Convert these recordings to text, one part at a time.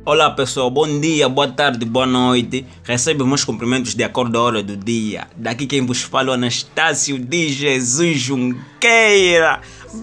Olá pessoal, bom dia, boa tarde, boa noite. Recebe meus cumprimentos de acordo à hora do dia. Daqui quem vos fala é Anastácio de Jesus Junqueira.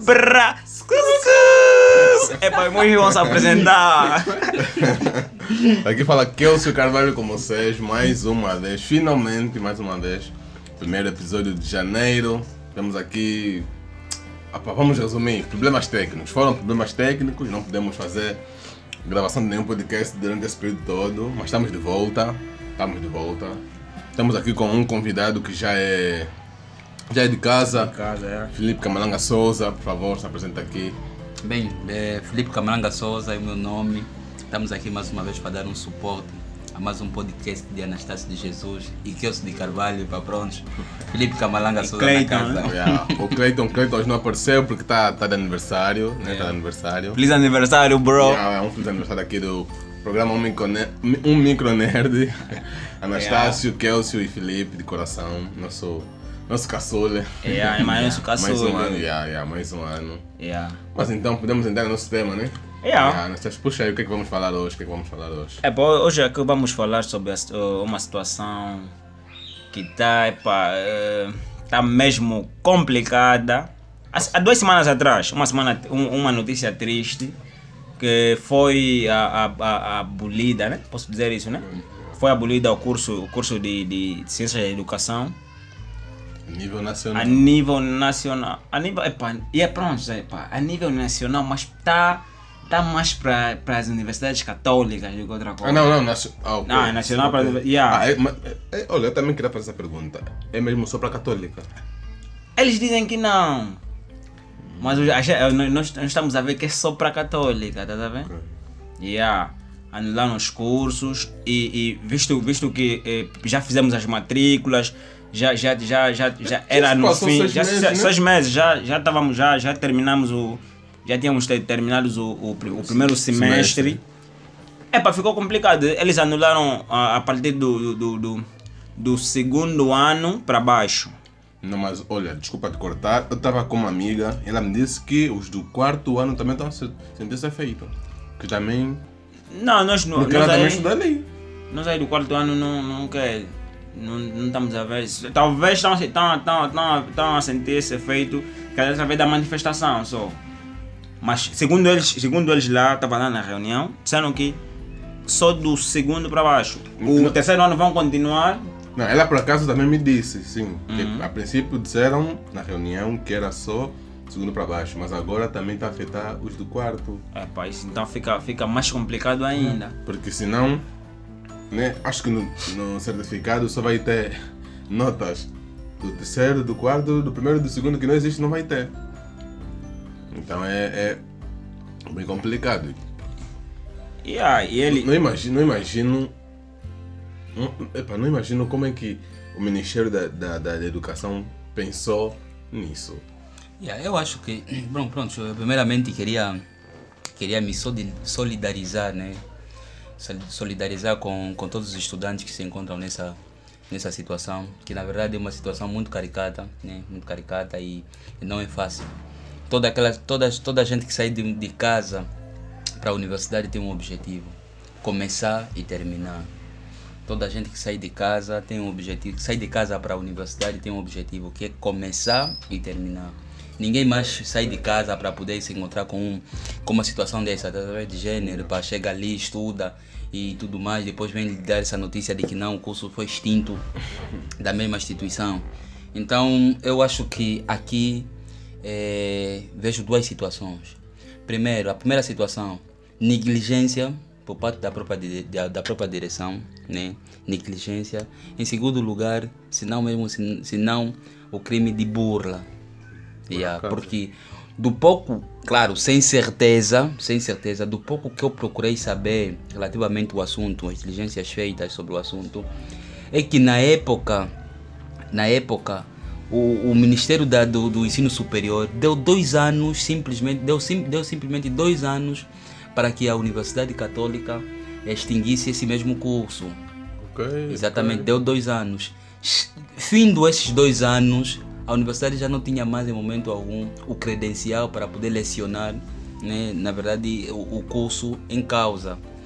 Epa, hoje vamos apresentar. Aqui fala Kelsio Carvalho com vocês, mais uma vez, finalmente, mais uma vez. Primeiro episódio de janeiro. Temos aqui, vamos resumir, problemas técnicos. Foram problemas técnicos, não podemos fazer gravação de nenhum podcast durante esse período todo, mas estamos de volta. Estamos aqui com um convidado que já é de casa. Felipe Camalanga Souza, por favor, se apresenta aqui. Bem, Felipe Camalanga Souza é o meu nome. Estamos aqui mais uma vez para dar um suporte a mais um podcast de Anastácio de Jesus e Kelsio de Carvalho, para prontos. Felipe Camalanga Souza na casa. O Cleiton hoje não apareceu porque está de aniversário, né? Tá de aniversário. Feliz aniversário, bro. É um feliz aniversário aqui do programa Um Micro Nerd. Anastácio, Kelsio e Felipe, de coração, nosso caçula. Mais um caçula. Mais um ano, mais um ano. Mas então podemos entrar no nosso tema, né? Anastácio, puxa aí, o que é que vamos falar hoje? Hoje aqui vamos falar sobre uma situação que tá mesmo complicada. Há 2 semanas atrás, uma notícia triste, que foi abolida, né? Posso dizer isso, né? Foi abolida o curso de Ciências da Educação. A nível nacional. A nível nacional, mas tá mais para as universidades católicas do que outra coisa. Okay. É nacional para... Olha, eu também queria fazer essa pergunta. É mesmo só para católica? Eles dizem que não. Mas nós estamos a ver que é só para católica, tá vendo? Okay. Anularam os cursos e visto que já fizemos as matrículas, já era no fim, 6 meses, já terminamos já tínhamos terminado o primeiro semestre. Ficou complicado. Eles anularam a partir do segundo ano para baixo. Não, mas olha, desculpa te cortar, eu estava com uma amiga, ela me disse que os do 4º ano também estão sentindo ser feito. Que também... Não, nós não. Porque ela também estuda ali. Nós aí do 4º ano não quer. Não estamos a ver. Talvez estão a sentir esse efeito através da manifestação só. Mas segundo eles lá, estava lá na reunião, disseram que só do segundo para baixo. O terceiro ano vão continuar. Não, ela por acaso também me disse, sim, que a princípio disseram na reunião que era só segundo para baixo, mas agora também está a afetar os do 4º. Isso então fica mais complicado ainda. Porque senão, né, acho que no certificado só vai ter notas do terceiro, do 4º, do primeiro e do segundo, que não existe, não vai ter. Então é bem complicado. E ele... Não imagino como é que o Ministério da Educação pensou nisso. Eu acho que, eu primeiramente queria me solidarizar, né? Solidarizar com todos os estudantes que se encontram nessa situação, que na verdade é uma situação muito caricata, né? Muito caricata e não é fácil. Toda a gente que sai de casa para a universidade tem um objetivo: começar e terminar. Toda a gente que sai de casa tem um objetivo, sai de casa para a universidade tem um objetivo, que é começar e terminar. Ninguém mais sai de casa para poder se encontrar com uma situação dessa, de gênero, para chegar ali, estuda e tudo mais, depois vem lhe dar essa notícia de que não, o curso foi extinto da mesma instituição. Então eu acho que aqui vejo 2 situações. Primeiro, a primeira situação, negligência por parte da própria direção, né? Negligência. Em segundo lugar, se não o crime de burla. Porque do pouco, claro, sem certeza, do pouco que eu procurei saber relativamente ao assunto, as diligências feitas sobre o assunto, é que na época o Ministério do Ensino Superior deu 2 anos, deu simplesmente 2 anos para que a Universidade Católica extinguisse esse mesmo curso. Exatamente, deu 2 anos. Findo esses 2 anos, a universidade já não tinha mais em momento algum o credencial para poder lecionar, né, na verdade, o curso em causa.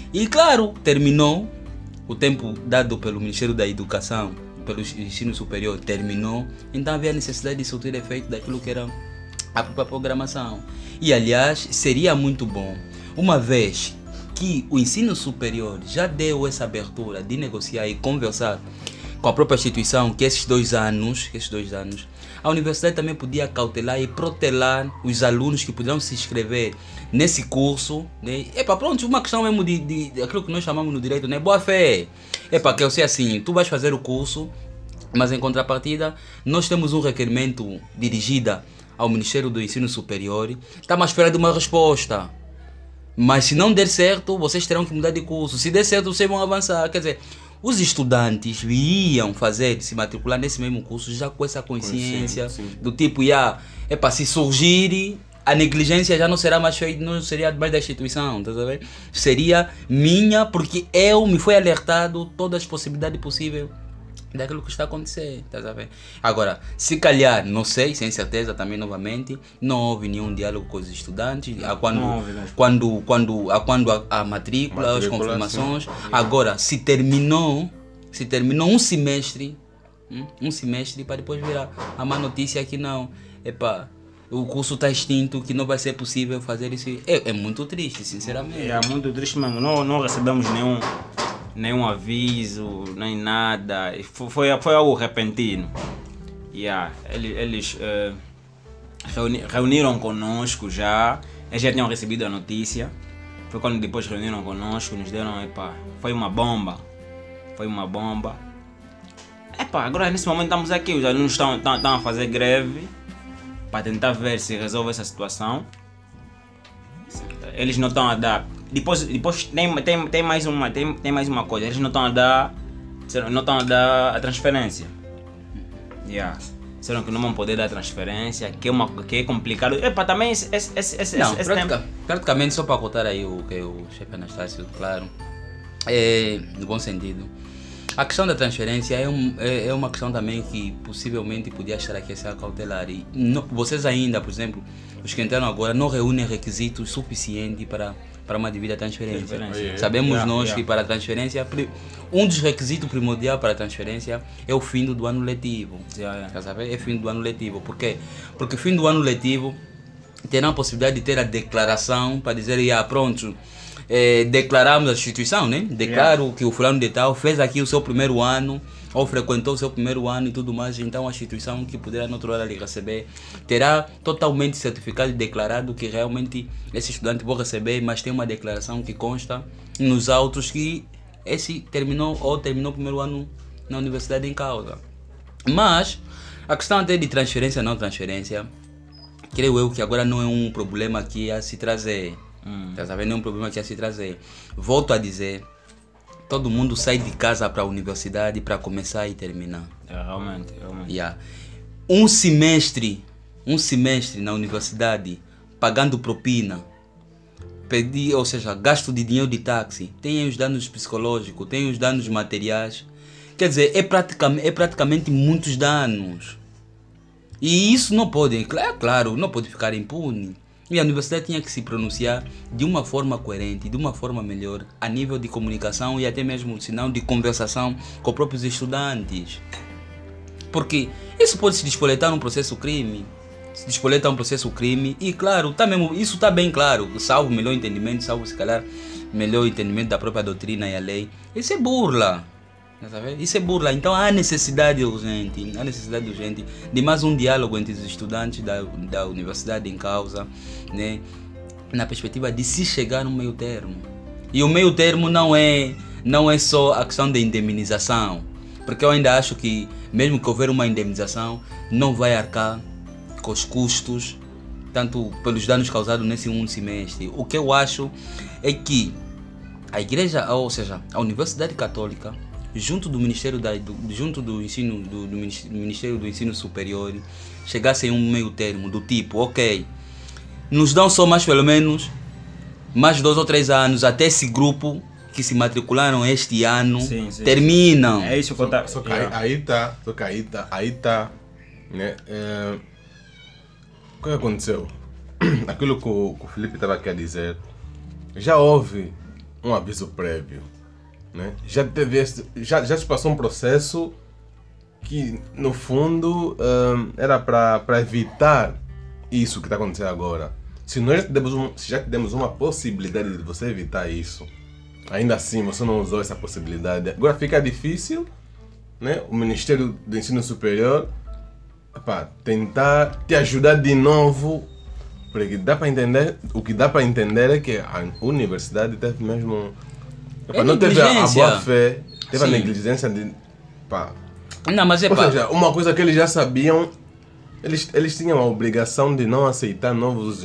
E claro, terminou o tempo dado pelo Ministério da Educação, pelo ensino superior, terminou, então havia necessidade de surtir efeito daquilo que era a própria programação. E aliás, seria muito bom, uma vez que o ensino superior já deu essa abertura de negociar e conversar com a própria instituição, que esses dois anos, a universidade também podia cautelar e protelar os alunos que poderão se inscrever nesse curso, né? Pronto, uma questão mesmo de aquilo que nós chamamos no direito, né? Boa fé. Que eu sei assim, tu vais fazer o curso, mas em contrapartida, nós temos um requerimento dirigido ao Ministério do Ensino Superior, estamos à espera de uma resposta. Mas se não der certo, vocês terão que mudar de curso. Se der certo, vocês vão avançar. Quer dizer, os estudantes iriam se matricular nesse mesmo curso já com essa consciência do tipo, se surgir, a negligência já não será mais feita, não seria mais da instituição, tá sabendo? Seria minha, porque eu me fui alertado todas as possibilidades possíveis daquilo que está a acontecer, tá sabendo? Agora, se calhar, não sei, sem certeza também novamente, não houve nenhum diálogo com os estudantes, quando a matrícula, as confirmações. Sim. Agora, se terminou um semestre para depois vir a má notícia que não, o curso está extinto, que não vai ser possível fazer isso. É muito triste, sinceramente. É muito triste mesmo, não recebemos nenhum aviso, nem nada, foi algo repentino. Eles reuniram conosco já, eles já tinham recebido a notícia, foi quando depois reuniram conosco, nos deram, foi uma bomba. Agora nesse momento estamos aqui, os alunos estão a fazer greve para tentar ver se resolve essa situação. Eles não estão a dar. Depois tem mais uma coisa, eles não estão a dar a transferência. Disseram que não vão poder dar a transferência, que é complicado. Também praticamente, só para contar aí o que o chefe Anastácio, claro, no bom sentido. A questão da transferência é uma questão também que possivelmente podia estar aqui a ser cautelar. E vocês ainda, por exemplo, os que entraram agora, não reúnem requisitos suficientes para uma devida transferência. Sabemos nós que para a transferência, um dos requisitos primordiais para a transferência é o fim do ano letivo. É o fim do ano letivo. Por quê? Porque o fim do ano letivo terá a possibilidade de ter a declaração para dizer, pronto, declaramos a instituição, né? Declaro que o fulano de tal fez aqui o seu primeiro ano, ou frequentou o seu primeiro ano e tudo mais, então a instituição que poderá na outra hora lhe receber terá totalmente certificado e declarado que realmente esse estudante vai receber, mas tem uma declaração que consta nos autos que esse terminou o primeiro ano na universidade em causa. Mas a questão até de transferência ou não transferência, creio eu que agora não é um problema que a se trazer. Tá sabendo? Não é um problema que a se trazer. Volto a dizer, todo mundo sai de casa para a universidade para começar e terminar. Realmente. Um semestre na universidade, pagando propina, ou seja, gasto de dinheiro de táxi, tem os danos psicológicos, tem os danos materiais. Quer dizer, é praticamente muitos danos. E isso não pode, claro, não pode ficar impune. E a universidade tinha que se pronunciar de uma forma coerente, de uma forma melhor, a nível de comunicação e até mesmo, se não, de conversação com os próprios estudantes. Porque isso pode se despoletar num processo crime. E claro, isso está bem claro, salvo melhor entendimento, se calhar melhor entendimento da própria doutrina e a lei. Isso é burla. Então há necessidade urgente de mais um diálogo entre os estudantes da universidade em causa, né, na perspectiva de se chegar no meio termo. E o meio termo não é só a questão da indemnização, porque eu ainda acho que mesmo que houver uma indemnização, não vai arcar com os custos, tanto pelos danos causados nesse um semestre. O que eu acho é que a igreja, ou seja, a Universidade Católica, junto do Ministério do Ministério do Ensino Superior, chegassem a um meio termo do tipo, ok, nos dão só pelo menos mais 2 ou 3 anos até esse grupo que se matricularam este ano terminam. É isso que eu Só que aí tá, né? O que aconteceu? Aquilo que o Felipe estava aqui a dizer, já houve um aviso prévio, né? Já se passou um processo que, no fundo, era para evitar isso que está acontecendo agora. Se nós já temos uma possibilidade de você evitar isso, ainda assim você não usou essa possibilidade, agora fica difícil, né? O Ministério do Ensino Superior tentar te ajudar de novo, porque dá para entender, o que dá para entender é que a universidade teve mesmo, não teve a boa fé, teve a negligência de, não, mas ou seja, uma coisa que eles já sabiam, eles tinham a obrigação de não aceitar novos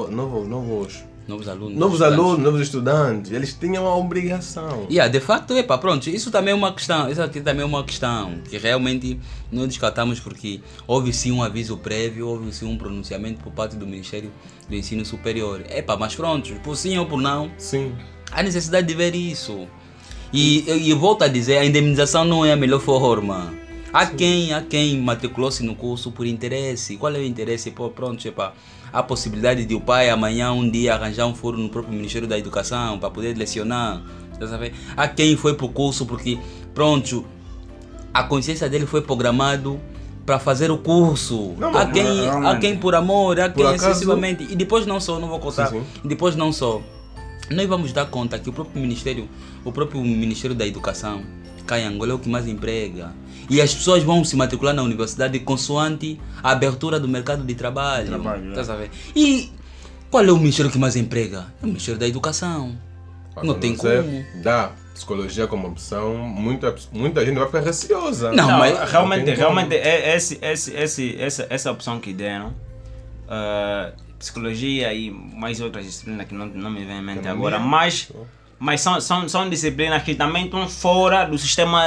alunos. Novos estudantes. Eles tinham a obrigação. De facto, pronto, isso também é uma questão. Isso aqui também é uma questão que realmente não descartamos, porque houve sim um aviso prévio, houve sim um pronunciamento por parte do Ministério do Ensino Superior. Mas pronto, por sim ou por não, sim, há necessidade de ver isso. E eu volto a dizer, a indemnização não é a melhor forma. Há quem matriculou-se no curso por interesse. Qual é o interesse? Pronto, há a possibilidade de o pai amanhã, um dia, arranjar um foro no próprio Ministério da Educação para poder lecionar. Há quem foi para o curso porque, pronto, a consciência dele foi programado para fazer o curso. Há quem por amor, há quem excessivamente. E depois não vou contar. Sim. Depois não só. Nós vamos dar conta que o próprio Ministério da Educação, cá em Angola, é o que mais emprega. E as pessoas vão se matricular na universidade consoante a abertura do mercado de trabalho. E qual é o ministério que mais emprega? É o Ministério da Educação. Não tem como. Dá psicologia como opção, muita gente vai ficar receosa. Não, mas realmente essa opção que deram, psicologia e mais outras disciplinas que não me vem em mente agora, mas são disciplinas que também estão fora do sistema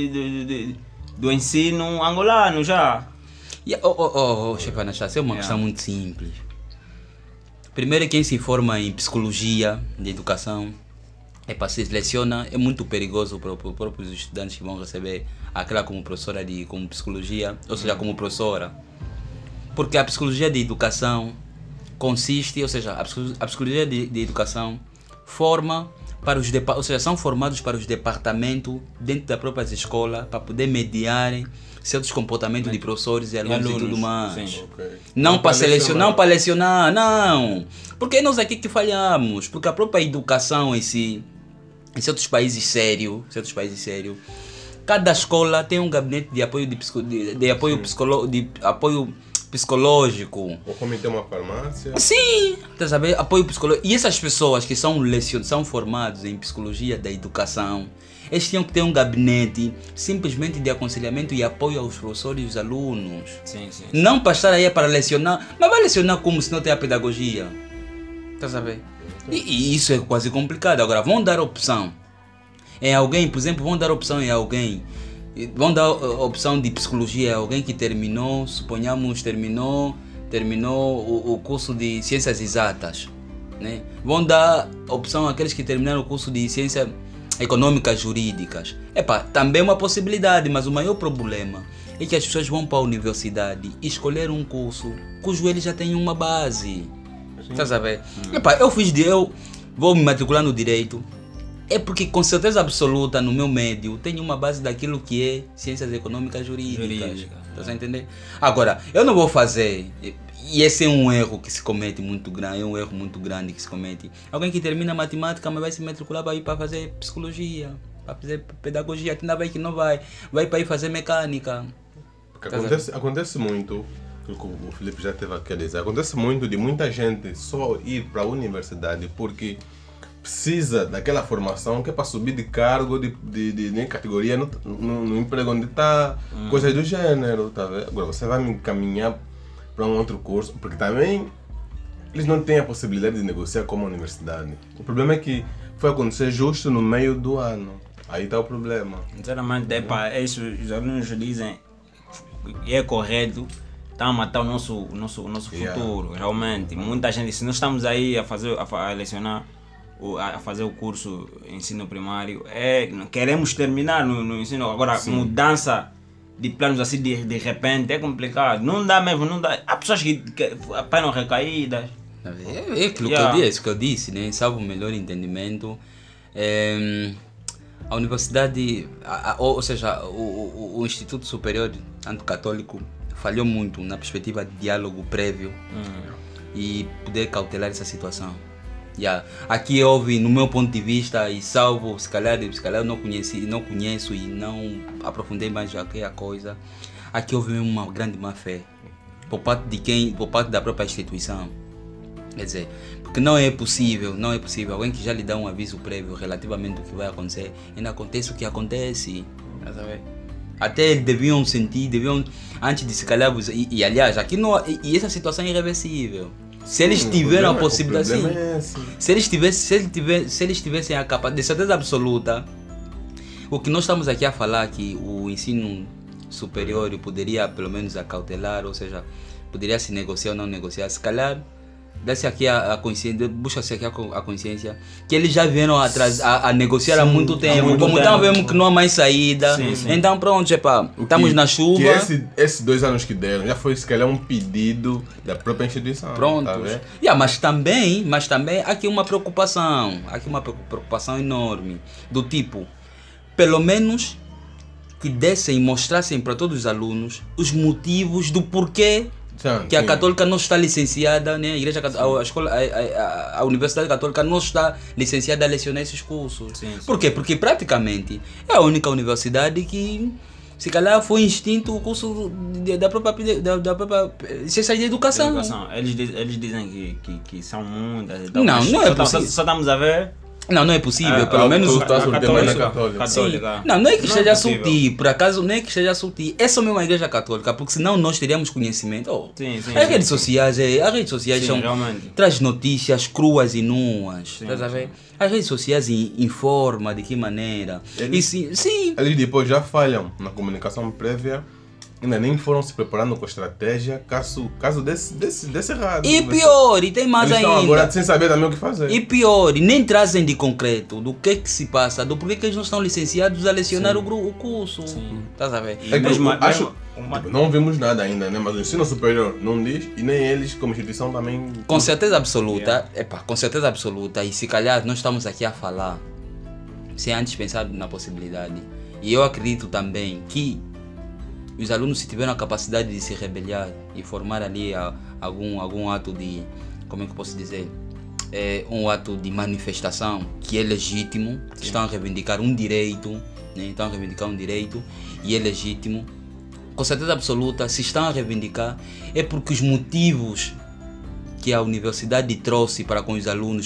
do ensino angolano já. Chefe Anastácio, é uma questão muito simples. Primeiro, quem se forma em psicologia de educação, se seleciona, é muito perigoso para os próprios estudantes que vão receber aquela como professora como psicologia, ou seja, como professora. Porque a psicologia de educação consiste, ou seja, a psicologia de educação forma para são formados para os departamentos dentro das próprias escolas para poder mediarem certos comportamentos de professores e alunos e tudo mais. Okay. Não para selecionar, não para lecionar, não. Porque é nós aqui que falhamos, porque a própria educação em si, em certos países sérios, cada escola tem um gabinete de apoio de apoio psicológico. Ou como tem uma farmácia. Sim, tá sabendo? Apoio psicológico. E essas pessoas que são formados em psicologia da educação, eles tinham que ter um gabinete simplesmente de aconselhamento e apoio aos professores e aos alunos. Sim. Não para estar aí para lecionar, mas vai lecionar como se não tem a pedagogia. Tá sabendo? E isso é quase complicado. Agora, vão dar opção em alguém, por exemplo, vão dar opção de psicologia a alguém que terminou, suponhamos, terminou o curso de ciências exatas, né? Vão dar opção àqueles que terminaram o curso de ciências econômicas jurídicas. Também é uma possibilidade, mas o maior problema é que as pessoas vão para a universidade e escolher um curso cujo eles já têm uma base. Tá sabendo? Eu vou me matricular no direito. É porque com certeza absoluta no meu médio tenho uma base daquilo que é ciências econômicas jurídicas. Tá entendendo? Agora, eu não vou fazer, e esse é um erro que se comete muito grande, é um erro muito grande que se comete. Alguém que termina matemática, mas vai se matricular para ir para fazer psicologia, para fazer pedagogia, ainda vai que não vai para ir fazer mecânica. Porque acontece muito, o que o Felipe já teve a dizer, acontece muito de muita gente só ir para a universidade porque precisa daquela formação que é para subir de cargo, de categoria no emprego onde está, coisas do gênero, tá vendo? Agora você vai me encaminhar para um outro curso, porque também eles não têm a possibilidade de negociar com a universidade. O problema é que foi acontecer justo no meio do ano. Aí está o problema. Sinceramente, isso os alunos dizem é correto, está a matar o nosso futuro, realmente. Muita gente, se nós estamos aí a lecionar, a fazer o curso ensino primário, queremos terminar no ensino, agora mudança de planos assim de repente é complicado, não dá mesmo, não dá. Há pessoas que apanham recaídas. É aquilo que eu disse, né? Salvo o melhor entendimento, A universidade, ou seja, o Instituto Superior Anticatólico falhou muito na perspectiva de diálogo prévio e poder cautelar essa situação. Aqui houve, no meu ponto de vista, e salvo, se calhar eu não conheço e não aprofundei mais aqui a coisa, aqui houve mesmo uma grande má fé por parte da própria instituição. Quer dizer, porque não é possível alguém que já lhe dá um aviso prévio relativamente ao que vai acontecer, ainda acontece o que acontece. Até eles deviam antes de se calhar, e aliás, aqui não, e essa situação é irreversível. Se eles tiveram a possibilidade, se eles tivessem a capacidade, de certeza absoluta, o que nós estamos aqui a falar, que o ensino superior poderia pelo menos acautelar, ou seja, poderia se negociar ou não negociar, se calhar dá-se aqui a consciência, busca-se aqui a consciência que eles já vieram atrás a negociar há muito tempo, como estão vendo que não há mais saída, então pronto, estamos na chuva. Que esses 2 anos que deram já foi se calhar um pedido da própria instituição. Pronto. Tá, mas também há aqui uma preocupação enorme, do tipo, pelo menos que dessem e mostrassem para todos os alunos os motivos do porquê que a Católica não está licenciada, né? A Universidade Católica não está licenciada a lecionar esses cursos. Por quê? Porque praticamente é a única universidade que, se calhar, foi extinto o curso da própria ciência de educação. Eles dizem que são muitas. Não é possível. Só estamos a ver. Não é possível, pelo menos a Católica. Não é que esteja sutil, por acaso não é que esteja sutil, é só mesmo a Igreja Católica, porque senão nós teríamos conhecimento. As redes sociais são, traz notícias cruas e nuas, as redes sociais informam de que maneira. Eles depois já falham na comunicação prévia. Ainda nem foram se preparando com a estratégia caso desse errado. E pior, e tem mais eles ainda. Estão agora sem saber também o que fazer. E pior, nem trazem de concreto do que se passa, do porquê que eles não estão licenciados a lecionar o curso. Estás a ver? Não vimos nada ainda, né? Mas o ensino superior não diz e nem eles como instituição também. Com certeza absoluta, com certeza absoluta, e se calhar nós estamos aqui a falar sem antes pensar na possibilidade. E eu acredito também que os alunos, se tiveram a capacidade de se rebeliar e formar ali algum ato de, como é que eu posso dizer, um ato de manifestação que é legítimo, estão a reivindicar um direito, né? E é legítimo, com certeza absoluta, se estão a reivindicar é porque os motivos que a universidade trouxe para com os alunos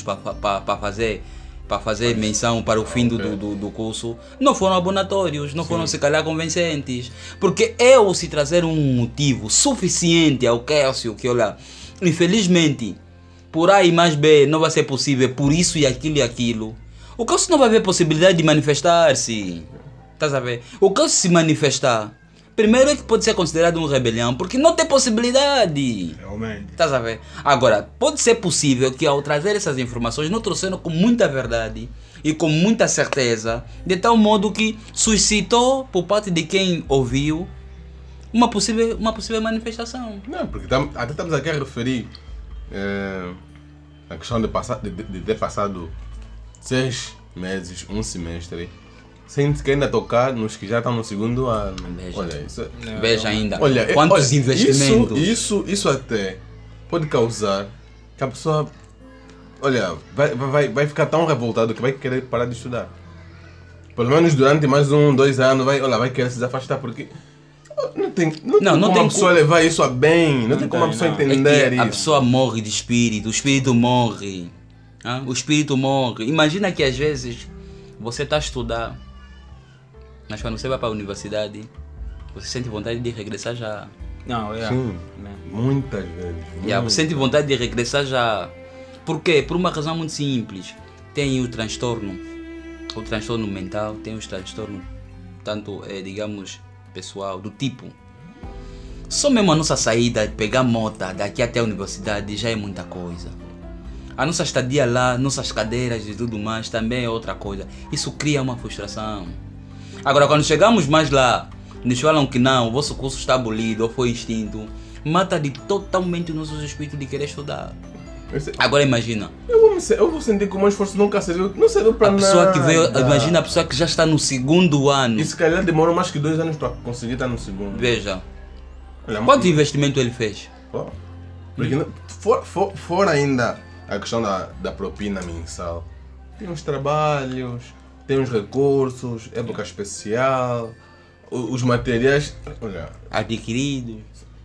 para fazer menção para o fim do curso, não foram abonatórios, não foram se calhar convincentes. Porque se trazer um motivo suficiente ao Kélcio, que olha, infelizmente, por A e mais B não vai ser possível, por isso e aquilo, o Kélcio não vai ver possibilidade de manifestar-se. Estás a ver? O Kélcio se manifestar, primeiro é que pode ser considerado uma rebelião, porque não tem possibilidade. Realmente. Estás a ver? Agora, pode ser possível que ao trazer essas informações não trouxeram com muita verdade e com muita certeza, de tal modo que suscitou por parte de quem ouviu uma possível manifestação. Não, porque até estamos aqui a referir a questão de ter passado 6 meses, um semestre, sem sequer ainda tocar nos que já estão no 2º ano. Veja ainda. Quantos investimentos. Isso até pode causar que a pessoa, vai ficar tão revoltado que vai querer parar de estudar. Pelo menos durante mais 1, 2 anos vai querer se afastar, porque não tem como a pessoa levar isso a bem, não tem como a pessoa entender isso. A pessoa morre de espírito, o espírito morre. O espírito morre. Imagina que às vezes você está a estudar, mas quando você vai para a universidade, você sente vontade de regressar já. Sim, muitas vezes. Você sente vontade de regressar já. Por quê? Por uma razão muito simples. Tem o transtorno mental, tem o transtorno, tanto, digamos, pessoal, do tipo. Só mesmo a nossa saída, pegar moto daqui até a universidade já é muita coisa. A nossa estadia lá, nossas cadeiras e tudo mais também é outra coisa. Isso cria uma frustração. Agora, quando chegamos mais lá, nos falam que não, o vosso curso está abolido ou foi extinto, mata de totalmente o nosso espírito de querer estudar. Agora imagina, Eu vou sentir que o meu esforço nunca serviu, não serviu para a nada. pessoa que veio, imagina a pessoa que já está no segundo ano. E se calhar demorou mais que 2 anos para conseguir estar no segundo. Veja, Olha, quanto investimento ele fez? Pô, porque fora ainda a questão da propina mensal, tem os trabalhos, tem os recursos, época especial, os materiais, olha, Adquirido.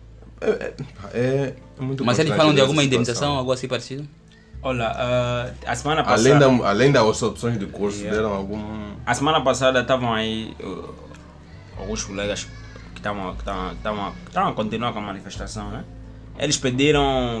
é muito Mas eles importante falam de essa alguma situação. indenização, algo assim parecido? Olha, a semana passada... Além das opções de curso, deram algum... A semana passada estavam aí alguns colegas que estavam a continuar com a manifestação, né? Eles pediram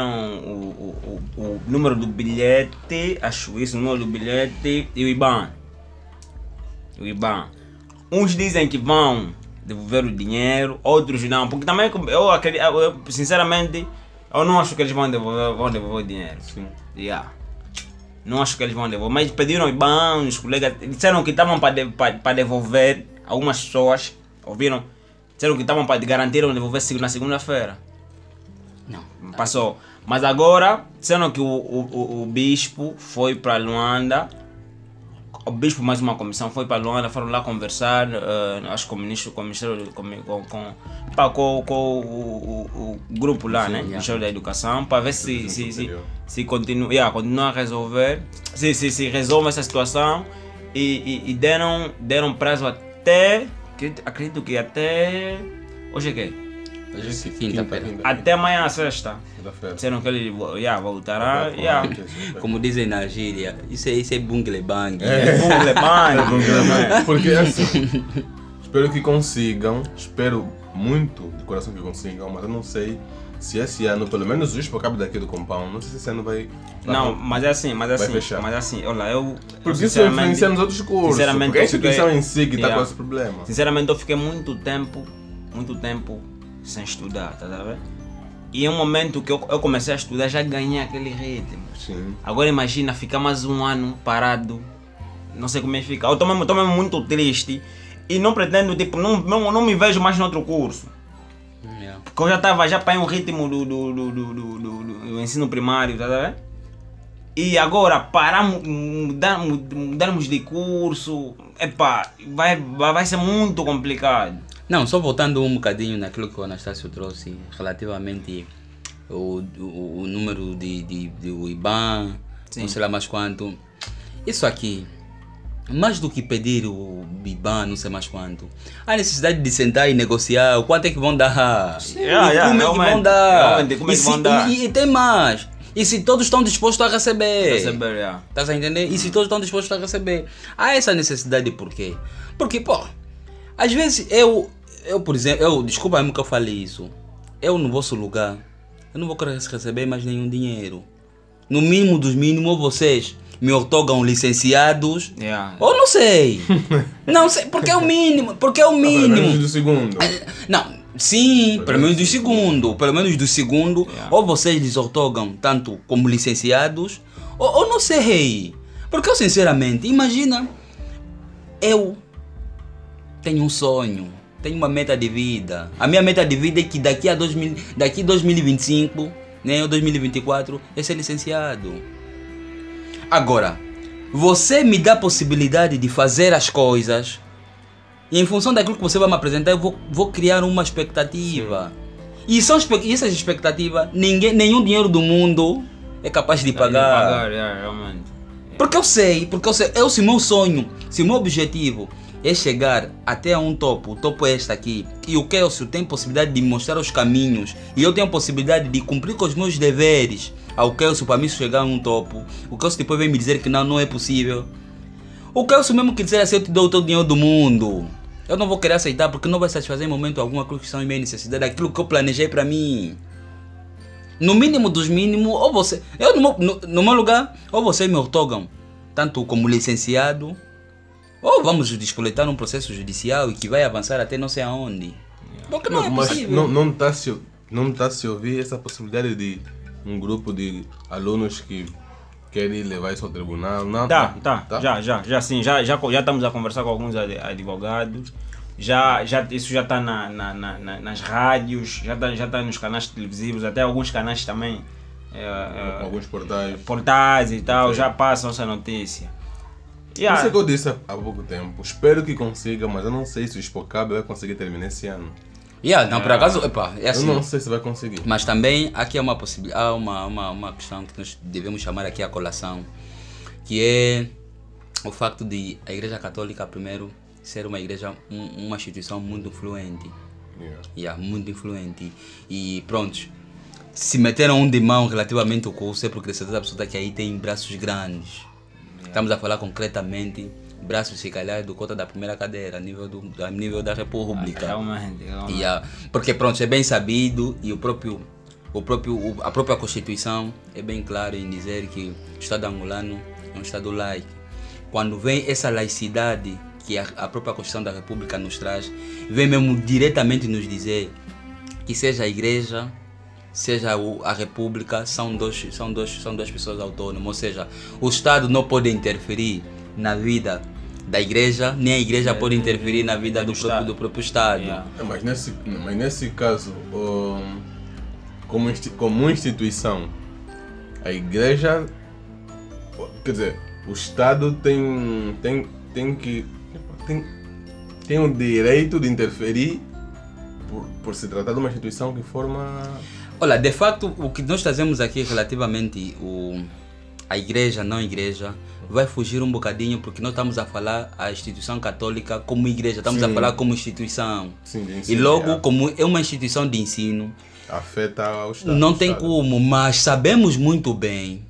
o número do bilhete, acho isso, o número do bilhete e o IBAN. O IBAN. Uns dizem que vão devolver o dinheiro, outros não, porque também eu acredito, sinceramente, eu não acho que eles vão devolver o dinheiro. Sim. Yeah. Não acho que eles vão devolver, mas pediram IBAN, os colegas disseram que estavam para devolver, algumas pessoas ouviram, disseram que estavam para garantir devolver na segunda-feira. Não. Passou. Mas agora disseram que o bispo foi para Luanda. O bispo mais uma comissão foi para Luanda, foram lá conversar, acho que com o ministro, com o grupo lá, né? O Ministério da Educação, para ver se continua a resolver, se resolve essa situação e deram prazo até, acredito que até, hoje é que? Hoje é quinta-feira. Até amanhã, sexta. Quinta-feira. Disseram que ele voltará. Como dizem na gíria, isso é bungle bang. Bungle bang. Porque assim, espero que consigam, espero muito de coração que consigam, mas eu não sei se esse ano, pelo menos os por daqui do compound, não sei se esse ano vai... Não, mas é assim, fechar. olha, eu... Porque isso influencia nos outros cursos, sinceramente, porque a instituição em si que está Yeah. com esse problema. Sinceramente, eu fiquei muito tempo sem estudar, tá vendo? E em um momento que eu comecei a estudar, já ganhei aquele ritmo. Sim. Agora imagina ficar mais um ano parado, não sei como é que fica. Eu tô mesmo muito triste e não pretendo, tipo, não me vejo mais no outro curso. Yeah. Porque eu já estava para um ritmo do ensino primário, tá vendo? E agora mudarmos de curso, vai ser muito complicado. Não, só voltando um bocadinho naquilo que o Anastácio trouxe relativamente o número do IBAN, Sim. não sei lá mais quanto. Isso aqui, mais do que pedir o IBAN, não sei mais quanto, há necessidade de sentar e negociar o quanto é que vão dar. Como é que vão dar. E tem mais. E se todos estão dispostos a receber? Estás a entender? E se todos estão dispostos a receber? Há essa necessidade por quê? Porque, pô, às vezes eu por exemplo, desculpa-me que eu falei isso. Eu no vosso lugar, eu não vou querer receber mais nenhum dinheiro. No mínimo dos mínimos, ou vocês me otorgam licenciados, ou não sei. Não sei, porque é o mínimo, Pelo menos do segundo. Não, sim, pelo menos do segundo. Ou vocês lhes otorgam tanto como licenciados, ou não sei. Porque eu sinceramente, imagina, eu tenho um sonho, tenho uma meta de vida. A minha meta de vida é que daqui 2025, né, ou 2024, eu ser licenciado. Agora, você me dá a possibilidade de fazer as coisas e em função daquilo que você vai me apresentar, eu vou criar uma expectativa. E essas expectativas, nenhum dinheiro do mundo é capaz de pagar. Realmente. Porque eu sei, se o meu sonho, se o meu objetivo é chegar até a um topo, o topo é este aqui, e o Kelsey tem possibilidade de me mostrar os caminhos, e eu tenho a possibilidade de cumprir com os meus deveres ao Kelsey para mim chegar a um topo, o Kelsey depois vem me dizer que não é possível. O Kelsey mesmo que disser assim, eu te dou o teu dinheiro do mundo, eu não vou querer aceitar porque não vai satisfazer em momento algum aquilo que são em minha necessidade, aquilo que eu planejei para mim. No mínimo dos mínimos, ou você, eu no meu lugar, ou vocês me otorgam tanto como licenciado, ou vamos despoletar num processo judicial e que vai avançar até não sei aonde. Porque não é possível. Mas não está a se ouvir essa possibilidade de um grupo de alunos que querem levar isso ao tribunal? Não, Já estamos a conversar com alguns advogados. Isso já está nas rádios, já está nos canais televisivos, até alguns canais também Com alguns portais. portais e tal, já passam essa notícia. Isso é que eu disse há pouco tempo. Espero que consiga, mas eu não sei se o Expocab vai conseguir terminar esse ano. Não, por acaso, é assim. Eu não sei se vai conseguir. Mas também aqui há uma possibilidade, há uma questão que nós devemos chamar aqui a colação, que é o facto de a Igreja Católica, primeiro, ser uma igreja, uma instituição muito influente. Muito influente. E pronto, se meteram de mão relativamente ao curso, é porque a certeza absoluta que aí tem braços grandes. Estamos a falar concretamente braços, se calhar, do cota da primeira cadeira, a nível da República. Realmente. Porque pronto, é bem sabido e a própria Constituição é bem clara em dizer que o Estado angolano é um Estado laico. Quando vem essa laicidade que a própria Constituição da República nos traz, vem mesmo diretamente nos dizer que seja a Igreja, seja a República, são duas pessoas autônomas, ou seja, o Estado não pode interferir na vida da Igreja, nem a Igreja pode interferir na vida do próprio Estado. Mas nesse caso, como instituição, a Igreja, quer dizer, o Estado tem o direito de interferir por se tratar de uma instituição que forma... Olha, de facto, o que nós trazemos aqui relativamente a Igreja, não Igreja, vai fugir um bocadinho porque nós estamos a falar a instituição católica como igreja, estamos a falar como instituição. Sim, de ensino, e logo, como é uma instituição de ensino, afeta ao Estado. Não tem como, mas sabemos muito bem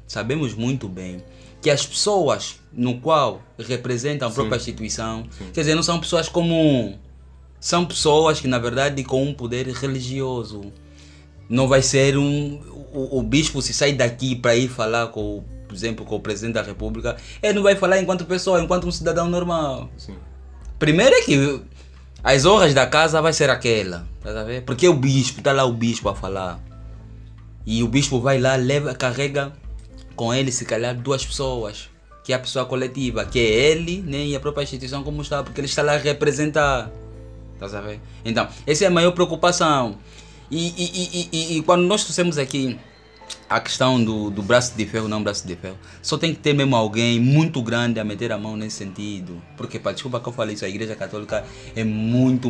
que as pessoas no qual representam a própria instituição, quer dizer, não são pessoas comuns, são pessoas que na verdade com um poder religioso. Não vai ser o bispo se sai daqui para ir falar por exemplo, com o presidente da República, ele não vai falar enquanto pessoa, enquanto um cidadão normal. Sim. Primeiro é que as honras da casa vai ser aquela, tá a ver? Porque o bispo, está lá o bispo a falar. E o bispo vai lá, carrega com ele se calhar duas pessoas, que é a pessoa coletiva, que é ele, né, e a própria instituição como está, porque ele está lá a representar. Tá a ver? Então, essa é a maior preocupação. E quando nós trouxemos aqui a questão do braço de ferro, não braço de ferro, só tem que ter mesmo alguém muito grande a meter a mão nesse sentido. Porque, desculpa que eu falei isso, a Igreja Católica é muito,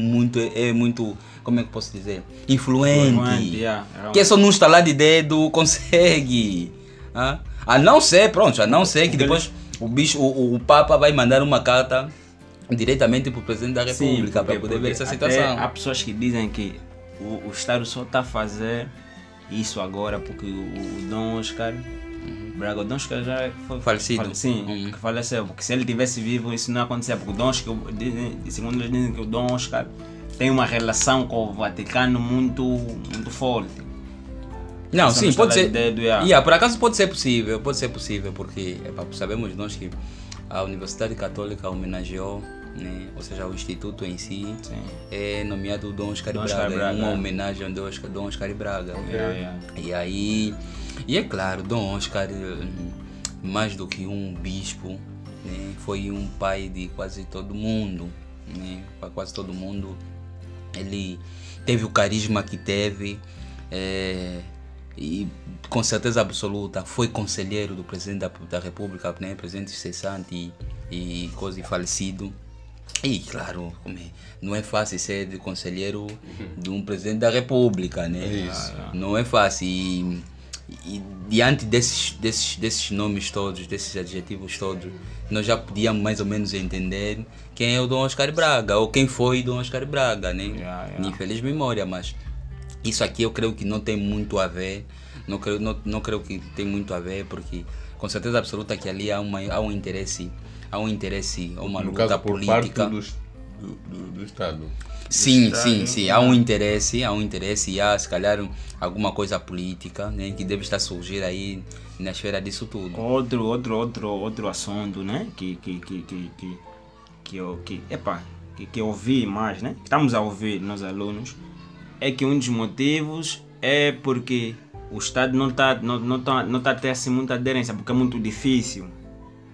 como é que eu posso dizer? Influente. Que é só num estalar de dedo consegue. A não ser que depois o Papa vai mandar uma carta diretamente para o Presidente da República para poder ver essa situação. Há pessoas que dizem que o Estado só está a fazer isso agora porque o Dom Oscar Braga, o Dom Oscar já foi falecido. Sim, que faleceu, porque se ele tivesse vivo isso não acontecia, porque o Dom Oscar, segundo eles dizem que o Dom Oscar tem uma relação com o Vaticano muito forte. Não, sim, pode ser. Por acaso pode ser possível, porque sabemos nós que a Universidade Católica homenageou, né, ou seja, o Instituto em si, é nomeado Dom Oscar Braga, uma homenagem ao Dom Oscar Braga. E é claro, Dom Oscar, mais do que um bispo, né, foi um pai de quase todo mundo, né, para quase todo mundo. Ele teve o carisma que teve, e com certeza absoluta foi conselheiro do presidente da República, né, presidente cessante e coisa falecido. E claro, não é fácil ser de conselheiro de um presidente da República, né? Não é fácil. E diante desses nomes todos, desses adjetivos todos, nós já podíamos mais ou menos entender quem é o Dom Oscar Braga, ou quem foi Dom Oscar Braga, né? Em feliz memória, mas isso aqui eu creio que não tem muito a ver, não creio que tem muito a ver, porque com certeza absoluta que ali há um interesse, uma no luta caso, por política. Parte do Estado. Sim, há um interesse e há se calhar alguma coisa política, né, que deve estar surgir aí na esfera disso tudo. Outro assunto, né, que eu ouvi mais, né, que estamos a ouvir nos alunos, é que um dos motivos é porque o Estado não tá a ter assim muita aderência, porque é muito difícil.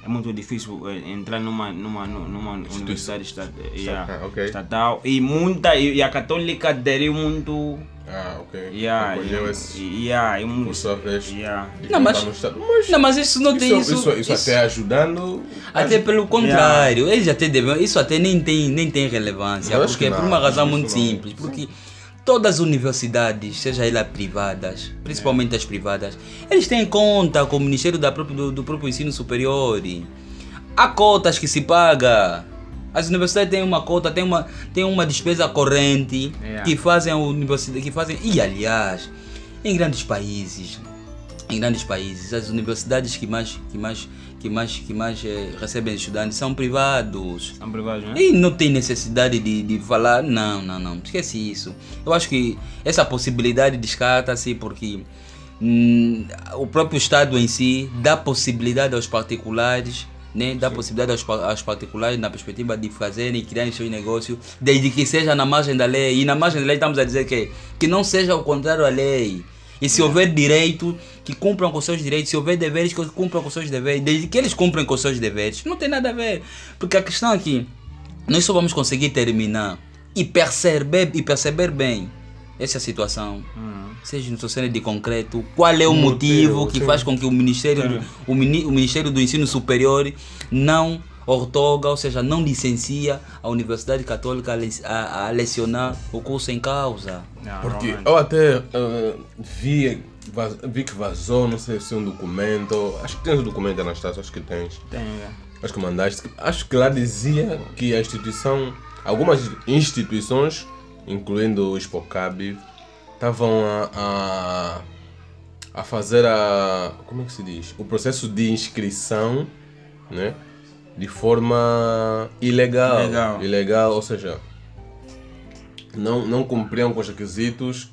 é muito difícil entrar numa universidade ok. estatal e a católica aderiu muito. Ok. Acolheu por sua vez. Não, mas isso não tem isso até ajudando. Até pelo contrário, eles até devem, isso até nem tem relevância, Mas porque é por não, uma razão isso muito não. simples, porque todas as universidades, seja elas privadas, principalmente as privadas, eles têm conta com o Ministério do próprio Ensino Superior. Há cotas que se paga. As universidades têm uma cota, têm uma despesa corrente que fazem a universidade, e aliás, em grandes países, as universidades que mais recebem estudantes são privados. São privados, né? E não tem necessidade de falar, não, esquece isso. Eu acho que essa possibilidade descarta-se porque o próprio Estado em si dá possibilidade aos particulares, né? Dá possibilidade aos particulares na perspectiva de fazerem e criarem seus negócios, desde que seja na margem da lei. E na margem da lei estamos a dizer que não seja o contrário à lei. E se houver direito, que cumpram com seus direitos. Se houver deveres, que cumpram com seus deveres. Desde que eles cumprem com seus deveres, não tem nada a ver. Porque a questão aqui, nós só vamos conseguir terminar e perceber bem essa situação, seja no seu cena de concreto, qual é o motivo que faz com que o Ministério do Ensino Superior não ortoga, ou seja, não licencia a Universidade Católica a lecionar o curso em causa. Porque eu até vi que vazou, não sei se é um documento, acho que tens o documento, Anastácio, acho que tens. Acho que mandaste, acho que lá dizia que algumas instituições, incluindo o Expocab, estavam a fazer como é que se diz? O processo de inscrição, né? De forma ilegal, ou seja, não cumpriam com os requisitos,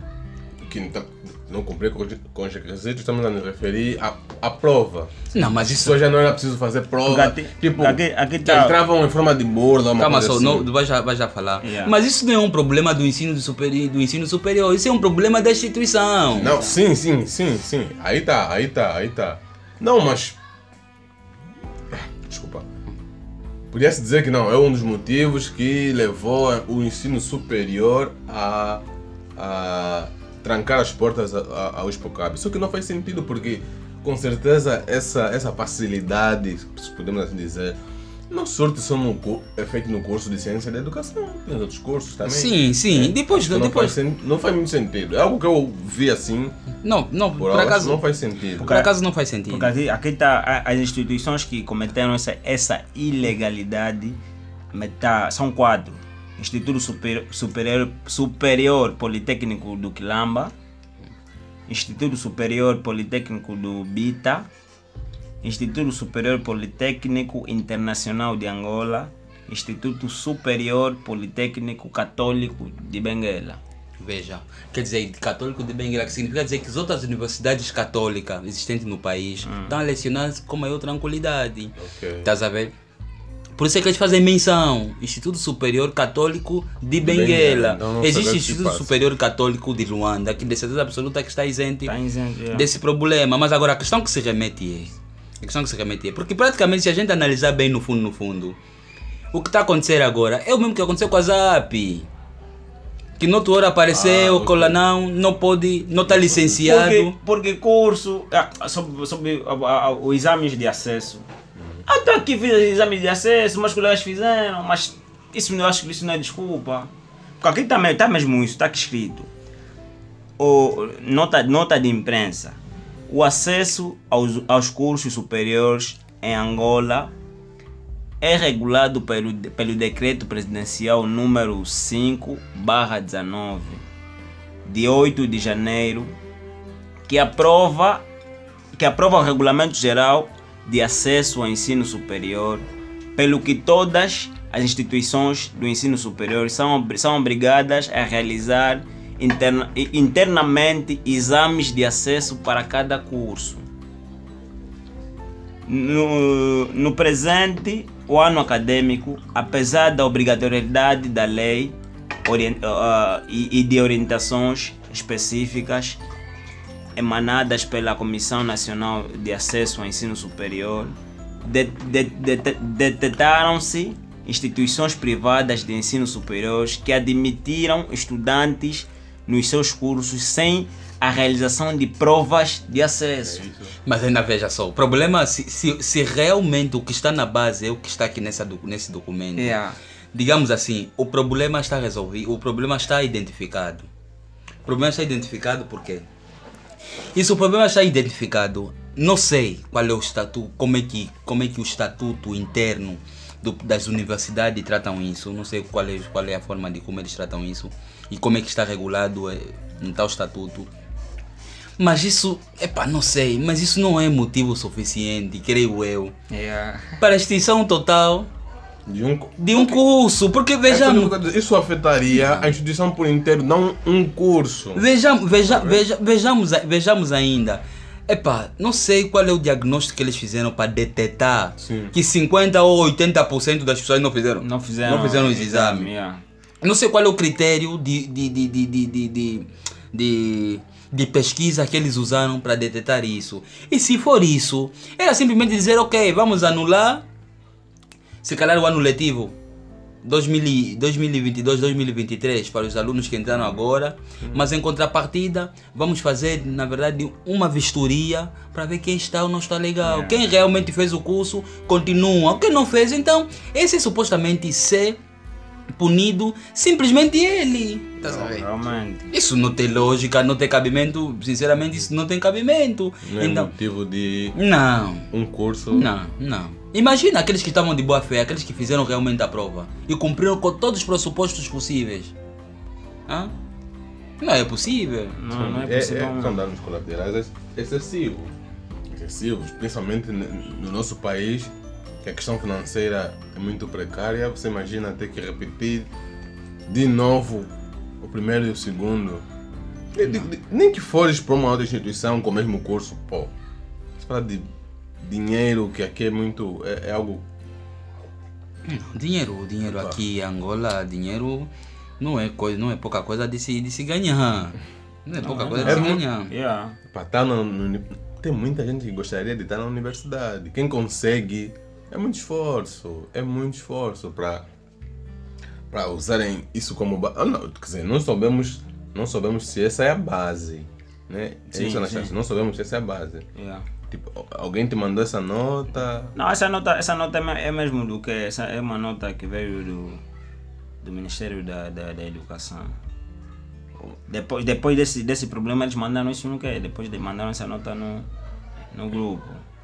não cumpriam com os requisitos, estamos a nos referir à prova. Não, mas isso já não era preciso fazer prova, tipo, aqui tá... entravam em forma de borda, uma calma coisa só, assim. não, vai já falar. Mas isso não é um problema do ensino superior, isso é um problema da instituição. Não, sim. Aí tá. Não, mas... Desculpa. Podia-se dizer que não, é um dos motivos que levou o ensino superior a trancar as portas ao Expocab. Só que não faz sentido porque, com certeza, essa facilidade, se podemos assim dizer, não surte só é feito no curso de Ciência da Educação, tem outros cursos também. Sim. Depois não faz muito sentido. É algo que eu vi assim. Por acaso não faz sentido. Por acaso não faz sentido. Porque aqui está as instituições que cometeram essa ilegalidade, são 4. Instituto Superior Politécnico do Quilamba, Instituto Superior Politécnico do Bita, Instituto Superior Politécnico Internacional de Angola, Instituto Superior Politécnico Católico de Benguela. Veja, quer dizer, Católico de Benguela, que significa dizer que as outras universidades católicas existentes no país estão a lecionar com maior tranquilidade. Estás a ver? Por isso é que eles fazem menção, Instituto Superior Católico de Benguela. Existe o Instituto Superior Católico de Luanda, que de certeza absoluta que está isento desse problema. Mas agora a questão que se remete é, porque praticamente se a gente analisar bem no fundo, o que está acontecendo agora é o mesmo que aconteceu com a ZAP. Que no outro hora apareceu, não pode, não está licenciado. Porque curso, sobre os exames de acesso. Até aqui fiz exames de acesso, meus colegas fizeram, mas eu acho que isso não é desculpa. Porque aqui está mesmo isso, está aqui escrito. Nota de imprensa. O acesso aos cursos superiores em Angola é regulado pelo Decreto Presidencial número 5/19, de 8 de janeiro, que aprova o Regulamento Geral de Acesso ao Ensino Superior, pelo que todas as instituições do ensino superior são obrigadas a realizar internamente exames de acesso para cada curso. No presente, o ano acadêmico, apesar da obrigatoriedade da lei e de orientações específicas emanadas pela Comissão Nacional de Acesso ao Ensino Superior, detetaram-se instituições privadas de ensino superior que admitiram estudantes nos seus cursos sem a realização de provas de acesso. Mas ainda veja só, o problema, se realmente o que está na base é o que está aqui nesse documento, digamos assim, o problema está resolvido, o problema está identificado. O problema está identificado por quê? E se o problema está identificado, não sei qual é o estatuto, como é que o estatuto interno das universidades tratam isso, não sei qual é a forma de como eles tratam isso e como é que está regulado em tal estatuto. Mas isso, não sei, mas isso não é motivo suficiente, creio eu, para a extinção total de um curso, porque vejamos... Isso afetaria a instituição por inteiro, não um curso. Vejamos ainda. Não sei qual é o diagnóstico que eles fizeram para detectar que 50% ou 80% das pessoas não fizeram os exames. Não sei qual é o critério de pesquisa que eles usaram para detectar isso. E se for isso, era simplesmente dizer, ok, vamos anular, se calhar o ano letivo 2022-2023 para os alunos que entraram agora, mas em contrapartida vamos fazer, na verdade, uma vistoria para ver quem está ou não está legal. Quem realmente fez o curso continua, quem não fez, então esse é supostamente ser punido simplesmente ele. Isso não tem lógica, não tem cabimento, sinceramente isso não tem cabimento. Não é motivo de um curso. Não. Imagina aqueles que estavam de boa fé, aqueles que fizeram realmente a prova e cumpriram com todos os pressupostos possíveis. Não é possível. Não é possível. São danos colaterais excessivos, principalmente no nosso país, que a questão financeira é muito precária. Você imagina ter que repetir de novo o primeiro e o segundo. Nem que fores para uma outra instituição com o mesmo curso, se fala de dinheiro, que aqui é muito, é algo... Dinheiro aqui em Angola, dinheiro não é pouca coisa de se ganhar. Não é pouca coisa de se ganhar. Tem muita gente que gostaria de estar na universidade. Quem consegue, é muito esforço para usarem isso como base. Quer dizer, não sabemos se essa é a base, né? Não sabemos se essa é a base. Tipo, alguém te mandou essa nota? Não, essa nota é mesmo do que? Essa é uma nota que veio do Ministério da Educação. Depois desse problema, eles mandaram isso no quê? Depois mandaram essa nota no grupo.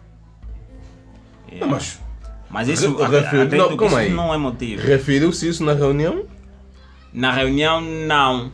Mas isso, calma aí. Isso não é motivo. Referiu-se isso na reunião? Na reunião, não.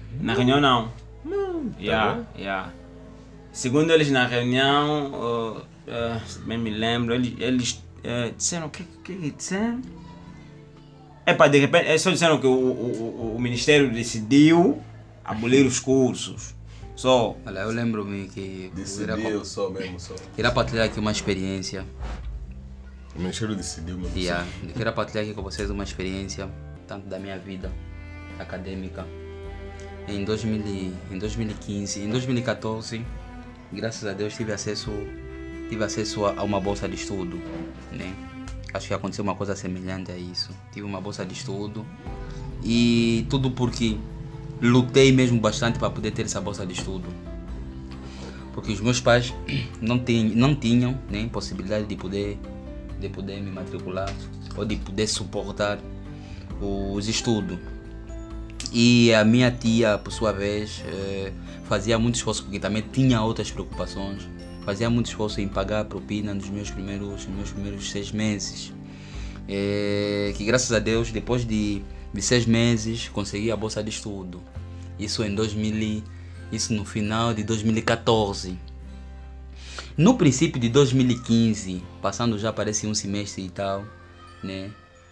Segundo eles na reunião, se bem me lembro, eles disseram o que disseram? De repente, eles só disseram que o Ministério decidiu abolir os cursos. Olha, eu lembro-me que... Queria partilhar aqui uma experiência. O Ministério decidiu, mas eu queria partilhar aqui com vocês uma experiência, tanto da minha vida acadêmica. Em 2015, em 2014, graças a Deus tive acesso a uma bolsa de estudo, né? Acho que aconteceu uma coisa semelhante a isso. Tive uma bolsa de estudo e tudo porque lutei mesmo bastante para poder ter essa bolsa de estudo. Porque os meus pais não tinham nem possibilidade de poder me matricular ou de poder suportar os estudos. E a minha tia, por sua vez, fazia muito esforço, porque também tinha outras preocupações. Fazia muito esforço em pagar a propina nos meus primeiros 6 meses. Que graças a Deus, depois de 6 meses, consegui a bolsa de estudo. Isso no final de 2014. No princípio de 2015, passando já parece um semestre e tal, né?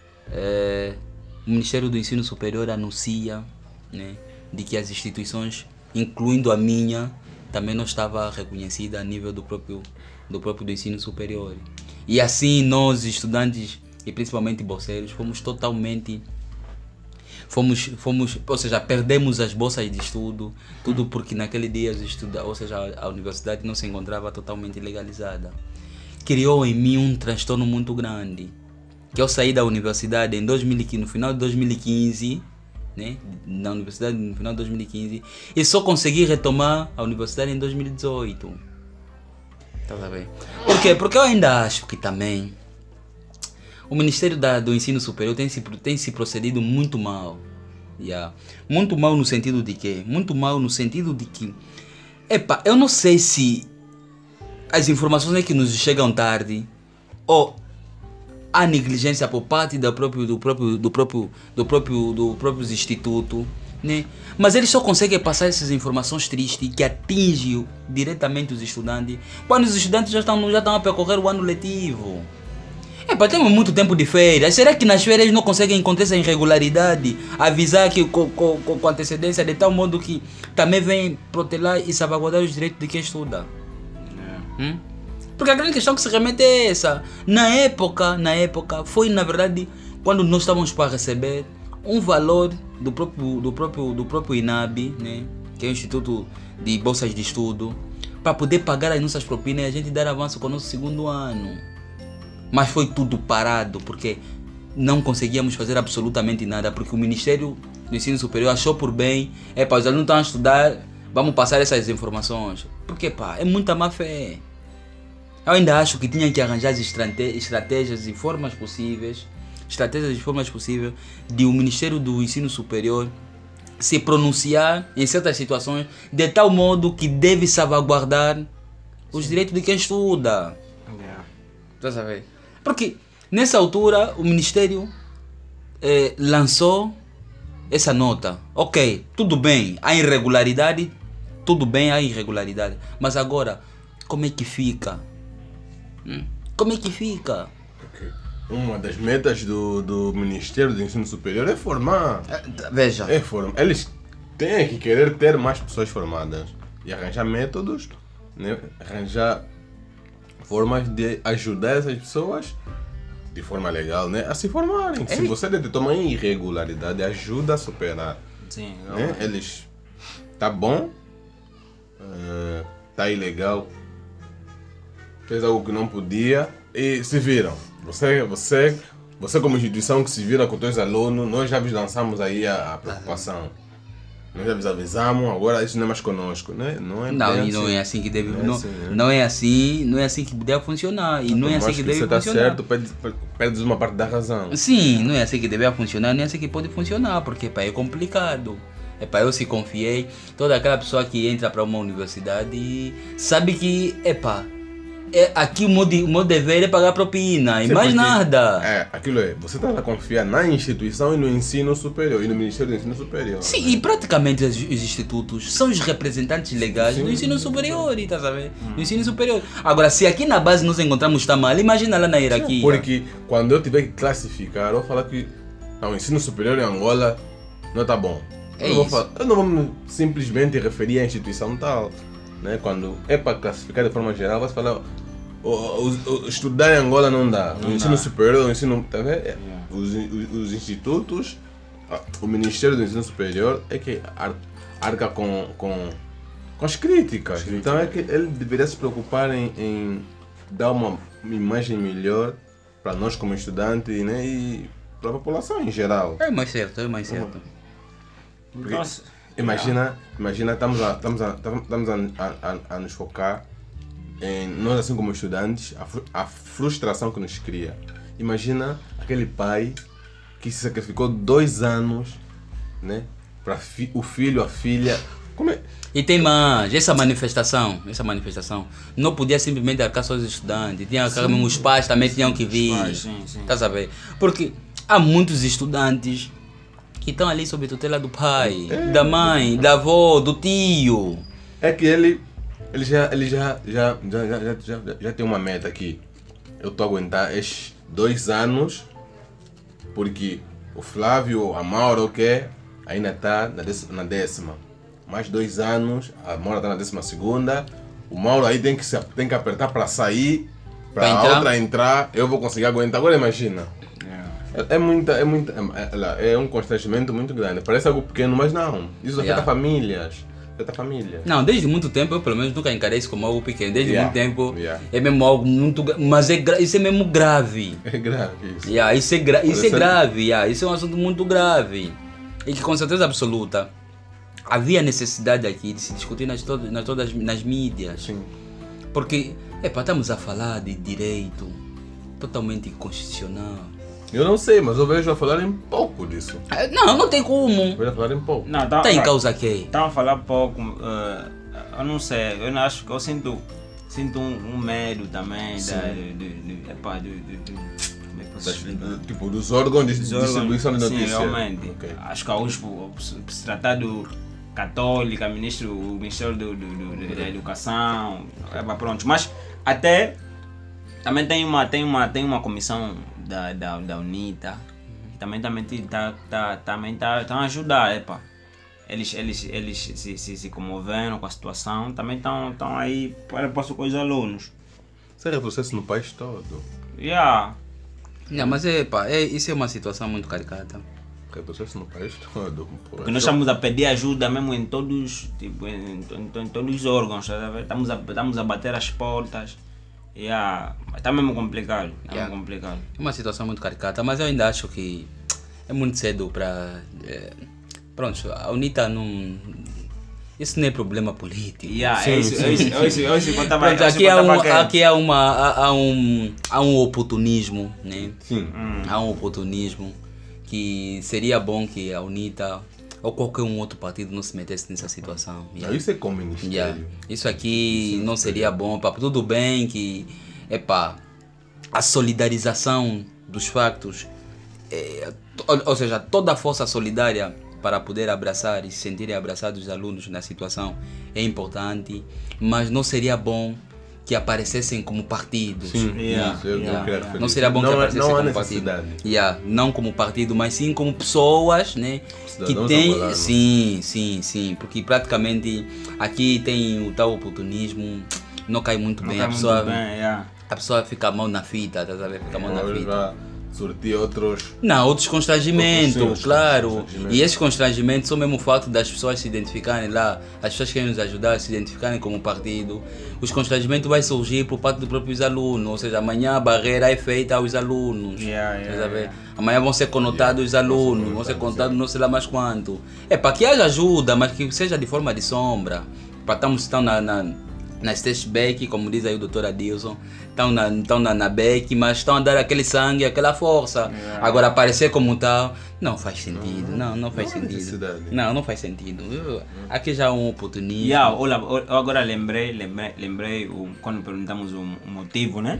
O Ministério do Ensino Superior anuncia, né, de que as instituições, incluindo a minha, também não estava reconhecida a nível do próprio do ensino superior. E assim nós, estudantes e principalmente bolseiros, ou seja, perdemos as bolsas de estudo, tudo porque naquele dia a universidade não se encontrava totalmente legalizada. criou em mim um transtorno muito grande. Que eu saí da universidade em 2015, no final de 2015, né? Na universidade no final de 2015, e só consegui retomar a universidade em 2018. Tá bem? Por quê? Porque eu ainda acho que também o Ministério do Ensino Superior tem se procedido muito mal. Yeah. Muito mal no sentido de quê? Muito mal no sentido de que, eu não sei se as informações é que nos chegam tarde ou há negligência por parte do próprio instituto, né? Mas eles só conseguem passar essas informações tristes que atingem diretamente os estudantes quando os estudantes já estão a percorrer o ano letivo. Temos muito tempo de férias. Será que nas férias não conseguem encontrar essa irregularidade? Avisar que com antecedência, de tal modo que também vem protelar e salvaguardar os direitos de quem estuda. Porque a grande questão que se remete é essa. Na época, foi na verdade quando nós estávamos para receber um valor do próprio INAB, né? Que é o Instituto de Bolsas de Estudo, para poder pagar as nossas propinas e a gente dar avanço com o nosso segundo ano. Mas foi tudo parado, porque não conseguíamos fazer absolutamente nada, porque o Ministério do Ensino Superior achou por bem, os alunos estão a estudar, vamos passar essas informações. Porque, é muita má fé. Eu ainda acho que tinham que arranjar as estratégias e formas possíveis, de o Ministério do Ensino Superior se pronunciar em certas situações de tal modo que deve salvaguardar os direitos de quem estuda. Tá sabendo? Porque nessa altura o Ministério lançou essa nota. Ok, tudo bem, há irregularidade, mas agora, como é que fica? Como é que fica? Okay. Uma das metas do Ministério do Ensino Superior é formar. Veja. Eles têm que querer ter mais pessoas formadas e arranjar métodos, né? Arranjar formas de ajudar essas pessoas de forma legal, né? A se formarem. Se você detectou uma irregularidade, ajuda a superar. Sim. Né? Eles... Tá bom, tá ilegal, fez algo que não podia e se viram. Você como instituição que se vira com os teus alunos, nós já vos lançamos aí a preocupação. Nós já vos avisamos, agora isso não é mais conosco, né? Não é assim que deve, não é assim que deve funcionar e não é assim que deve funcionar. Você está certo, perdes uma parte da razão. Sim, não é assim que deve funcionar, não é assim que pode funcionar, porque é complicado. Eu se confiei, toda aquela pessoa que entra para uma universidade sabe que, aqui o meu dever é pagar propina e mais nada. Aquilo você está a confiar na instituição e no ensino superior, e no Ministério do Ensino Superior. Sim, né? E praticamente os institutos são os representantes legais do ensino superior, tá sabendo? Do ensino superior. Agora, se aqui na base nós encontramos tá mal, imagina lá na hierarquia. Porque quando eu tiver que classificar, eu vou falar que o ensino superior em Angola não está bom. Eu não vou simplesmente referir à instituição tal. Né? Quando é para classificar de forma geral, você fala estudar em Angola não dá. O ensino superior, o ensino. Tá vendo? Os institutos, o Ministério do Ensino Superior é que arca com as críticas. Então é que ele deveria se preocupar em dar uma imagem melhor para nós como estudantes, né? E para a população em geral. É mais certo. Nossa. Imagina, estamos a nos focar em nós, assim como estudantes, a frustração que nos cria. Imagina aquele pai que se sacrificou 2 anos, né, para o filho, a filha. Como é? E tem mais, essa manifestação não podia simplesmente arcar só os estudantes, os pais também tinham que vir. Sim. Tá sabendo? Porque há muitos estudantes que estão ali sob tutela do pai, da mãe, da avó, do tio. É que ele já tem uma meta aqui. Eu estou a aguentar estes 2 anos porque o Flávio, a Maura, ainda está na 10ª. Mais 2 anos, a Maura está na 12ª. O Mauro aí tem que apertar para sair, para a outra entrar. Eu vou conseguir aguentar. Agora imagina. É um constrangimento muito grande. Parece algo pequeno, mas não. Isso afeta famílias. da família. Não, desde muito tempo, eu pelo menos nunca encarei isso como algo pequeno. Desde Yeah, muito tempo yeah. é mesmo algo muito mas isso é mesmo grave. É grave isso. Yeah, isso é ser- grave, yeah, isso é um assunto muito grave. E que com certeza absoluta havia necessidade aqui de se discutir nas mídias. Sim. Porque, estamos a falar de direito totalmente constitucional. Eu não sei, mas eu vejo a falarem pouco disso. Não tem como. Vejo a falarem pouco. Não, Está em causa quê? Estão a falar pouco, eu não sei, eu acho que eu sinto um medo também como é que posso explicar? Tipo, dos órgãos de Os órgãos, distribuição de notícias. Sim, realmente. Ok. Acho que hoje, se tratar do Católica, o Ministério da Educação, pronto. Mas até também tem uma comissão da UNITA que também tá a ajudar, Eles se comoveram com a situação, também estão aí para com os alunos. Isso é retrocesso no país todo. Yeah. Não, mas isso é uma situação muito caricata. Retrocesso no país todo. Pô. Porque nós estamos a pedir ajuda mesmo em todos, tipo, em todos os órgãos, tá a ver? Estamos a bater as portas. Está mesmo complicado. Yeah. Complicado. É uma situação muito caricata, mas eu ainda acho que é muito cedo para... pronto, a UNITA não... Isso não é problema político. É isso que eu estava Pronto, aqui há um oportunismo, né? Sim. Há um oportunismo que seria bom que a UNITA ou qualquer outro partido não se metesse nessa situação. Não, isso é com o Ministério. Isso aqui não seria bom. Tudo bem que a solidarização dos factos, ou seja, toda a força solidária para poder abraçar e se sentirem abraçados os alunos na situação é importante, mas não seria bom que aparecessem como partidos. Sim, Yeah. isso eu queria referir. Não seria bom que aparecessem não há como partido. necessidade. Não como partido, mas sim como pessoas, né? Que Cidadãos tem, angolanos. sim, porque praticamente aqui tem o tal oportunismo, não cai muito bem. A pessoa fica mal na fita, tá a ver? Fica mal na Hoje fita. vai surtir outros. Não, outros constrangimentos, Outros, sim, claro. constrangimentos. E esses constrangimentos são mesmo o fato das pessoas se identificarem lá, as pessoas que querem nos ajudar, se identificarem como partido. Os constrangimentos vão surgir por parte dos próprios alunos, ou seja, amanhã a barreira é feita aos alunos. Tá a ver? Amanhã vão ser conotados os alunos, vão ser conotados não sei lá mais quanto. Para que haja ajuda, mas que seja de forma de sombra. Para estão na stage back, como diz aí o Dr. Adilson, estão na back, mas estão a dar aquele sangue, aquela força. Agora aparecer como tal, não faz sentido, não faz sentido. necessidade. Não faz sentido. Aqui já é um oportunismo. Olha, eu agora lembrei quando perguntamos o motivo, né?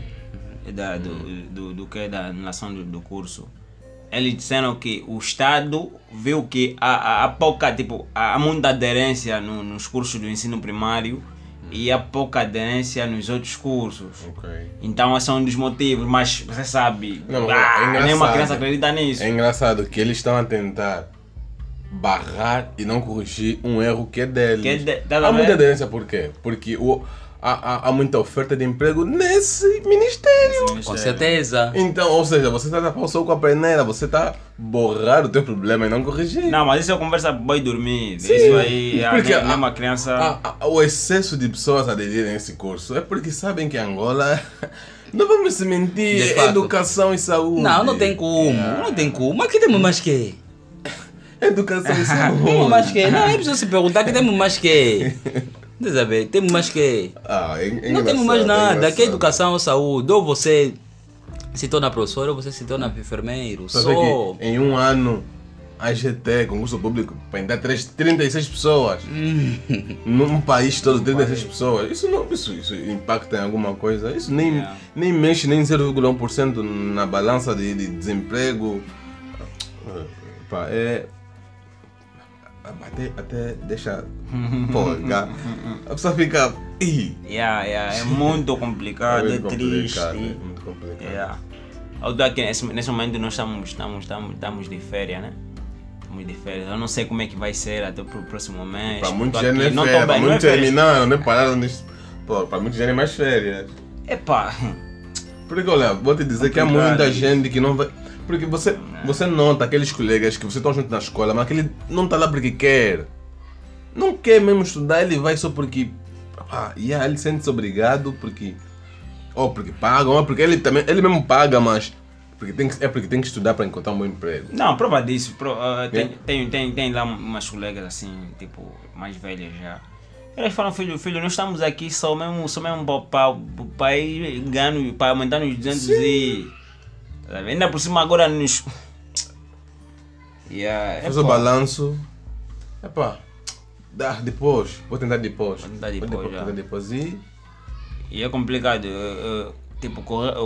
Do que da anulação do curso. Eles disseram que o Estado viu que há pouca, há muita aderência nos cursos do ensino primário e há pouca aderência nos outros cursos. Ok. Então esse é um dos motivos, mas você sabe, Não, é engraçado. nenhuma criança acredita nisso. É engraçado que eles estão a tentar barrar e não corrigir um erro que é deles. Há muita aderência por quê? Porque há muita oferta de emprego nesse ministério. Com certeza. Então, ou seja, você está a passar com a peneira, você está a borrar o teu problema e não corrigir. Não, mas isso é conversa boi dormir. Sim, Isso aí, porque nem uma criança... O excesso de pessoas a aderirem a esse curso é porque sabem que Angola, não vamos se mentir, De fato. educação e saúde. Não tem como, não tem como. Mas que temos mais que? Educação e saúde. Temos mais que? Não, é preciso se perguntar que temos mais que. Não sabe? Temos mais que. Não temos mais nada. Que é educação ou saúde. Ou você se torna professor ou você se torna enfermeiro. Só Só. que em um ano, a AGT, concurso público, para entrar 36 pessoas. Num país todo, 36 pessoas. Isso impacta em alguma coisa? Isso nem mexe nem 0,1% na balança de desemprego. Pá, até deixa folgar. A pessoa fica. É muito complicado, é triste. É muito complicado. Eu tô aqui, nesse momento nós estamos de férias, né? Estamos de férias. Eu não sei como é que vai ser até pro próximo mês. Para muita Tô gente aqui, é não tô férias, bem, para não é muita férias. gente não pararam nisso. Para muita gente é mais férias. Epá, Porque olha, vou te dizer que há muita gente que não vai. Porque você nota aqueles colegas que você está junto na escola, mas aquele não está lá porque quer. não quer mesmo estudar, ele vai só porque ele sente-se obrigado porque ou porque pagam, ou porque ele mesmo paga, mas porque tem que estudar para encontrar um bom emprego. Não, prova disso. Tem lá umas colegas assim, tipo, mais velhas já. Eles falam, filho, nós estamos aqui só mesmo para ir ganhando, para aumentar nos 200 e... Ainda por cima agora nos... Faz o balanço. Depois. Vou tentar depois. E é complicado. Tipo,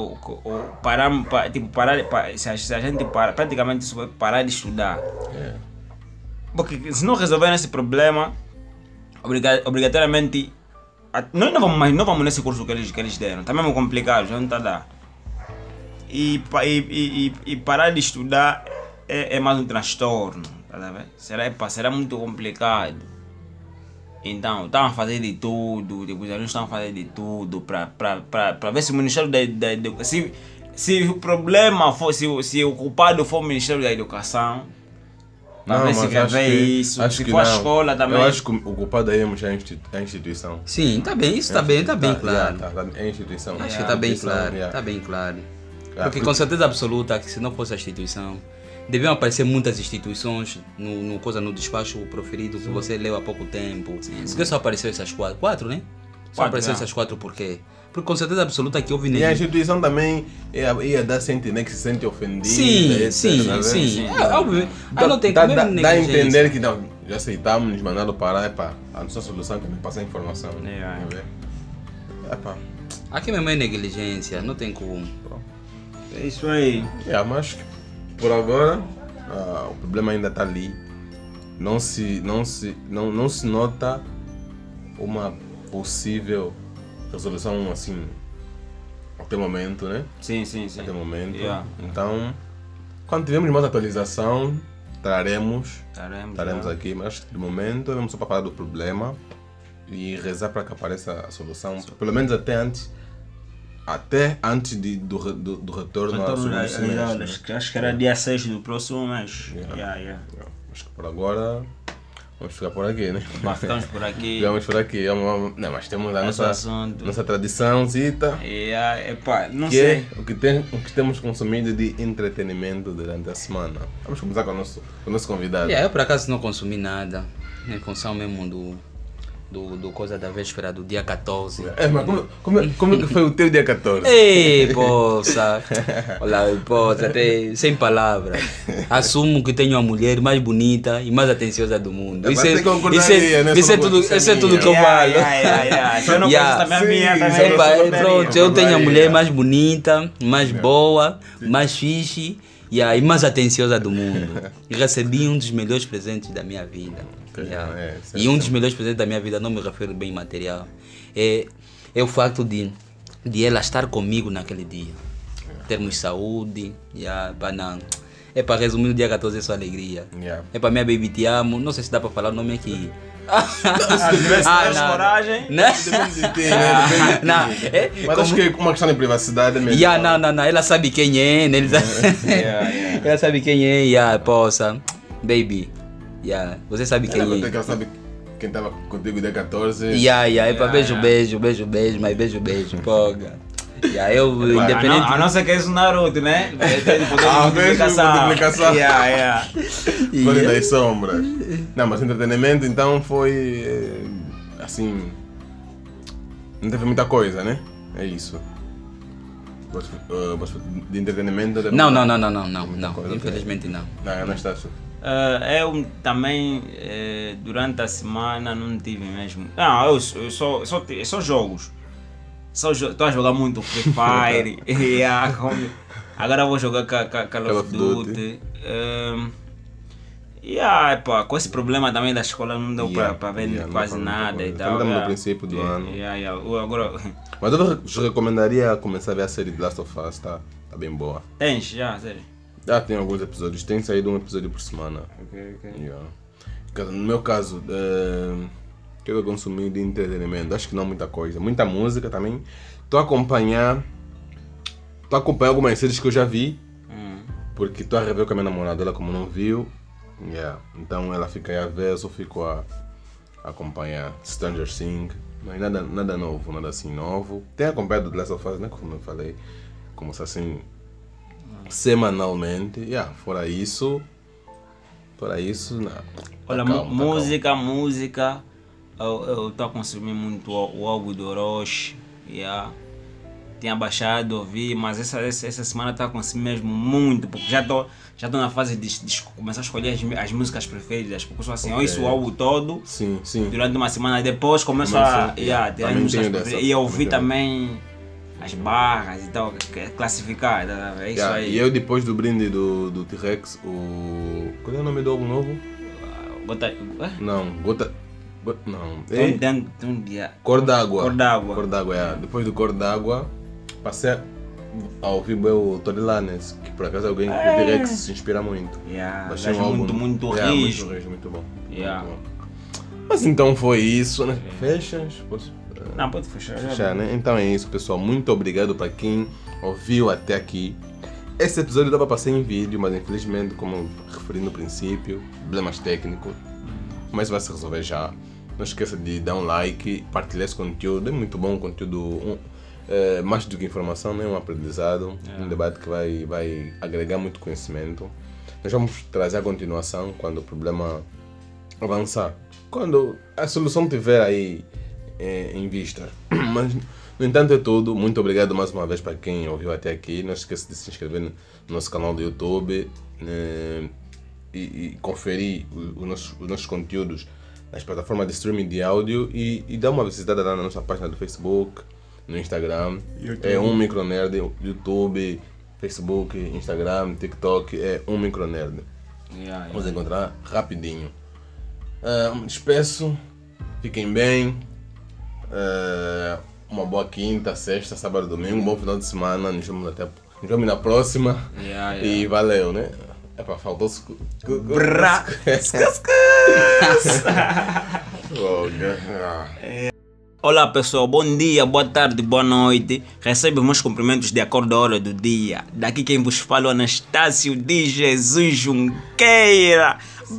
se a gente praticamente parar de estudar. Porque se não resolver esse problema, obrigatoriamente nós não vamos nesse curso que eles deram. Está mesmo complicado, já não está a dar. E parar de estudar é mais um transtorno. Tá vendo? Será muito complicado. Então, estavam a fazer de tudo, tipo, os alunos estavam a fazer de tudo para ver se o Ministério da Educação. Se o problema for, se o culpado for o Ministério da Educação, para ver se revê isso. Se for a escola também. Eu acho que o culpado aí é a instituição. Sim, está bem, isso está bem claro. É a instituição. Acho que está bem claro, está bem claro. Porque com certeza absoluta que se não fosse a instituição, deviam aparecer muitas instituições no despacho proferido que você leu há pouco tempo. Porque só apareceu essas quatro, né? Só apareceu essas 4 por quê? Porque com certeza absoluta que houve... E a instituição também ia dar sentir, né, que se sente ofendida. Sim. Não tem dá a entender que não, já aceitamos, nos mandaram parar, a nossa solução é também passar informação. Aqui mesmo é negligência, não tem como. É isso aí. Mas por agora o problema ainda está ali. Não se nota uma possível resolução assim até o momento, né? Sim. Até o momento. Então, quando tivermos mais atualização, traremos aqui, mas de momento vamos só para falar do problema e rezar para que apareça a solução, pelo menos até antes do retorno às aulas. Acho que era dia 6 do próximo mês. Acho que por agora vamos ficar por aqui, né? Ficamos por aqui. Não, mas temos a nossa tradiçãozita. Não sei. O que temos consumido de entretenimento durante a semana. Vamos começar com o nosso convidado. Eu por acaso não consumi nada. Em função mesmo do coisa da véspera do dia 14. Mas como é que foi o teu dia 14? Ei, poça! Olha, poça, até sem palavras. Assumo que tenho a mulher mais bonita e mais atenciosa do mundo. Isso é tudo que eu falo. Se eu não conheço também a minha, pronto, eu tenho a mulher mais bonita, mais boa, mais fixe e mais atenciosa do mundo. Recebi um dos melhores presentes da minha vida. E um dos melhores presentes da minha vida, não me refiro bem material, é o facto de ela estar comigo naquele dia. Termos saúde, é para resumir o dia 14 é só alegria. É para minha baby, te amo, não sei se dá para falar o nome aqui. Coragem. Mas acho que é uma questão de privacidade mesmo. Não, ela sabe quem é, né? Ela sabe quem é, poça, baby. Você sabe quem é. Ela sabe quem estava contigo dia 14. É para beijo, mas beijo, poga. Independente. A não ser que é o Naruto, né? Multiplicação. Coisa das sombras. Não, mas entretenimento então foi assim. Não teve muita coisa, né? É isso. De entretenimento. Não. Infelizmente não. Não está. Eu também durante a semana não tive mesmo. Não, eu só jogos. Estou a jogar muito Free Fire. Agora vou jogar Call of Duty. Com esse problema também da escola não deu para ver quase nada e tal. Estamos no princípio do ano. Agora... Mas eu te recomendaria começar a ver a série de Last of Us, tá bem boa. Tens já, sério? Já tem alguns episódios, tem saído um episódio por semana. No meu caso, o que eu consumi de entretenimento? Acho que não muita coisa. Muita música também. Estou a acompanhar algumas séries que eu já vi. Porque estou a rever com a minha namorada, ela como não viu. Então ela fica aí a ver, eu só fico a acompanhar Stranger Things, mas nada novo, nada assim novo. Tenho acompanhado The Last of Us, né, como eu falei, como se assim, semanalmente. Fora isso, não. Olha, Calma. música, eu estou a consumir muito o álbum do Orochi, tinha baixado, ouvi, mas essa semana estou a consumir mesmo muito, porque já estou na fase de começar a escolher as músicas preferidas, porque sou assim, ouço o álbum todo, Sim. durante uma semana, depois começo a ter as músicas preferidas, e ouvir também as barras e tal, classificar, é isso aí. E eu depois do brinde do T-Rex, qual é o nome do álbum novo? Cor d'Água. Depois do Cor d'Água, passei a ouvir o Torilanes, que por acaso é alguém que o T-Rex se inspira muito. Baixei um álbum muito rijo. Muito bom. Mas então foi isso, né? Fechas? Não, pode fechar. Né? Então é isso, pessoal. Muito obrigado para quem ouviu até aqui. Esse episódio dava para ser em vídeo, mas infelizmente, como eu referi no princípio, problemas técnicos. Mas vai se resolver já. Não esqueça de dar um like, partilhar esse conteúdo. É muito bom o conteúdo, mais do que informação, né? Um aprendizado, um debate que vai agregar muito conhecimento. Nós vamos trazer a continuação quando o problema avançar. Quando a solução estiver aí em vista. Mas, no entanto, é tudo. Muito obrigado mais uma vez para quem ouviu até aqui. Não esqueça de se inscrever no nosso canal do YouTube e conferir os nossos conteúdos nas plataformas de streaming de áudio e dar uma visitada lá na nossa página do Facebook, no Instagram. É um Micronerd, YouTube, Facebook, Instagram, TikTok, é um Micronerd. Vamos encontrar rapidinho. Me despeço, fiquem bem. Uma boa quinta, sexta, sábado, domingo, um bom final de semana. Nos vemos na próxima. E valeu, né? Faltou Olá pessoal, bom dia, boa tarde, boa noite. Recebe meus cumprimentos de acordo à hora do dia. Daqui quem vos fala é Anastácio de Jesus Junqueira.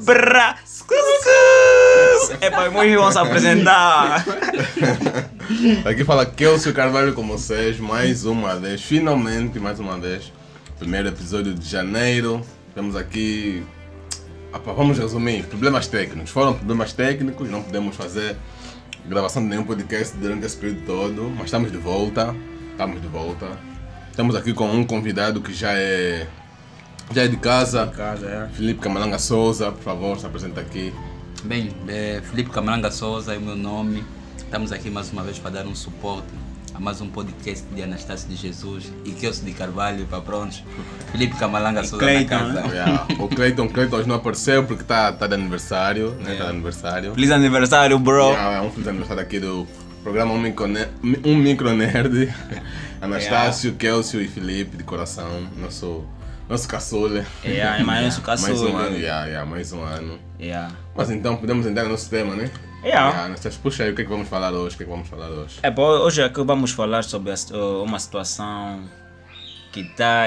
Hoje vamos apresentar. Aqui fala Kelsio Carvalho com vocês, mais uma vez, finalmente, mais uma vez. Primeiro episódio de janeiro. Temos aqui, vamos resumir, problemas técnicos. Foram problemas técnicos, não podemos fazer gravação de nenhum podcast durante esse período todo, mas estamos de volta. Estamos aqui com um convidado que já é de casa. Felipe Camaranga Souza, por favor, se apresenta aqui. Bem, Felipe Camaranga Souza é o meu nome. Estamos aqui mais uma vez para dar um suporte a mais um podcast de Anastácio de Jesus e Kelsio de Carvalho, para prontos. Felipe Camaranga Souza na casa. O Cleiton hoje não apareceu porque está de aniversário, né? Tá de aniversário. Feliz aniversário, bro. Um feliz aniversário aqui do programa Um Micronerd. Anastácio, Kelsio e Felipe, de coração, nosso caçula. Nosso caçula. Mais um ano. Mas então podemos entrar no nosso tema, né? Puxa aí, o que é que vamos falar hoje? Hoje aqui vamos falar sobre uma situação que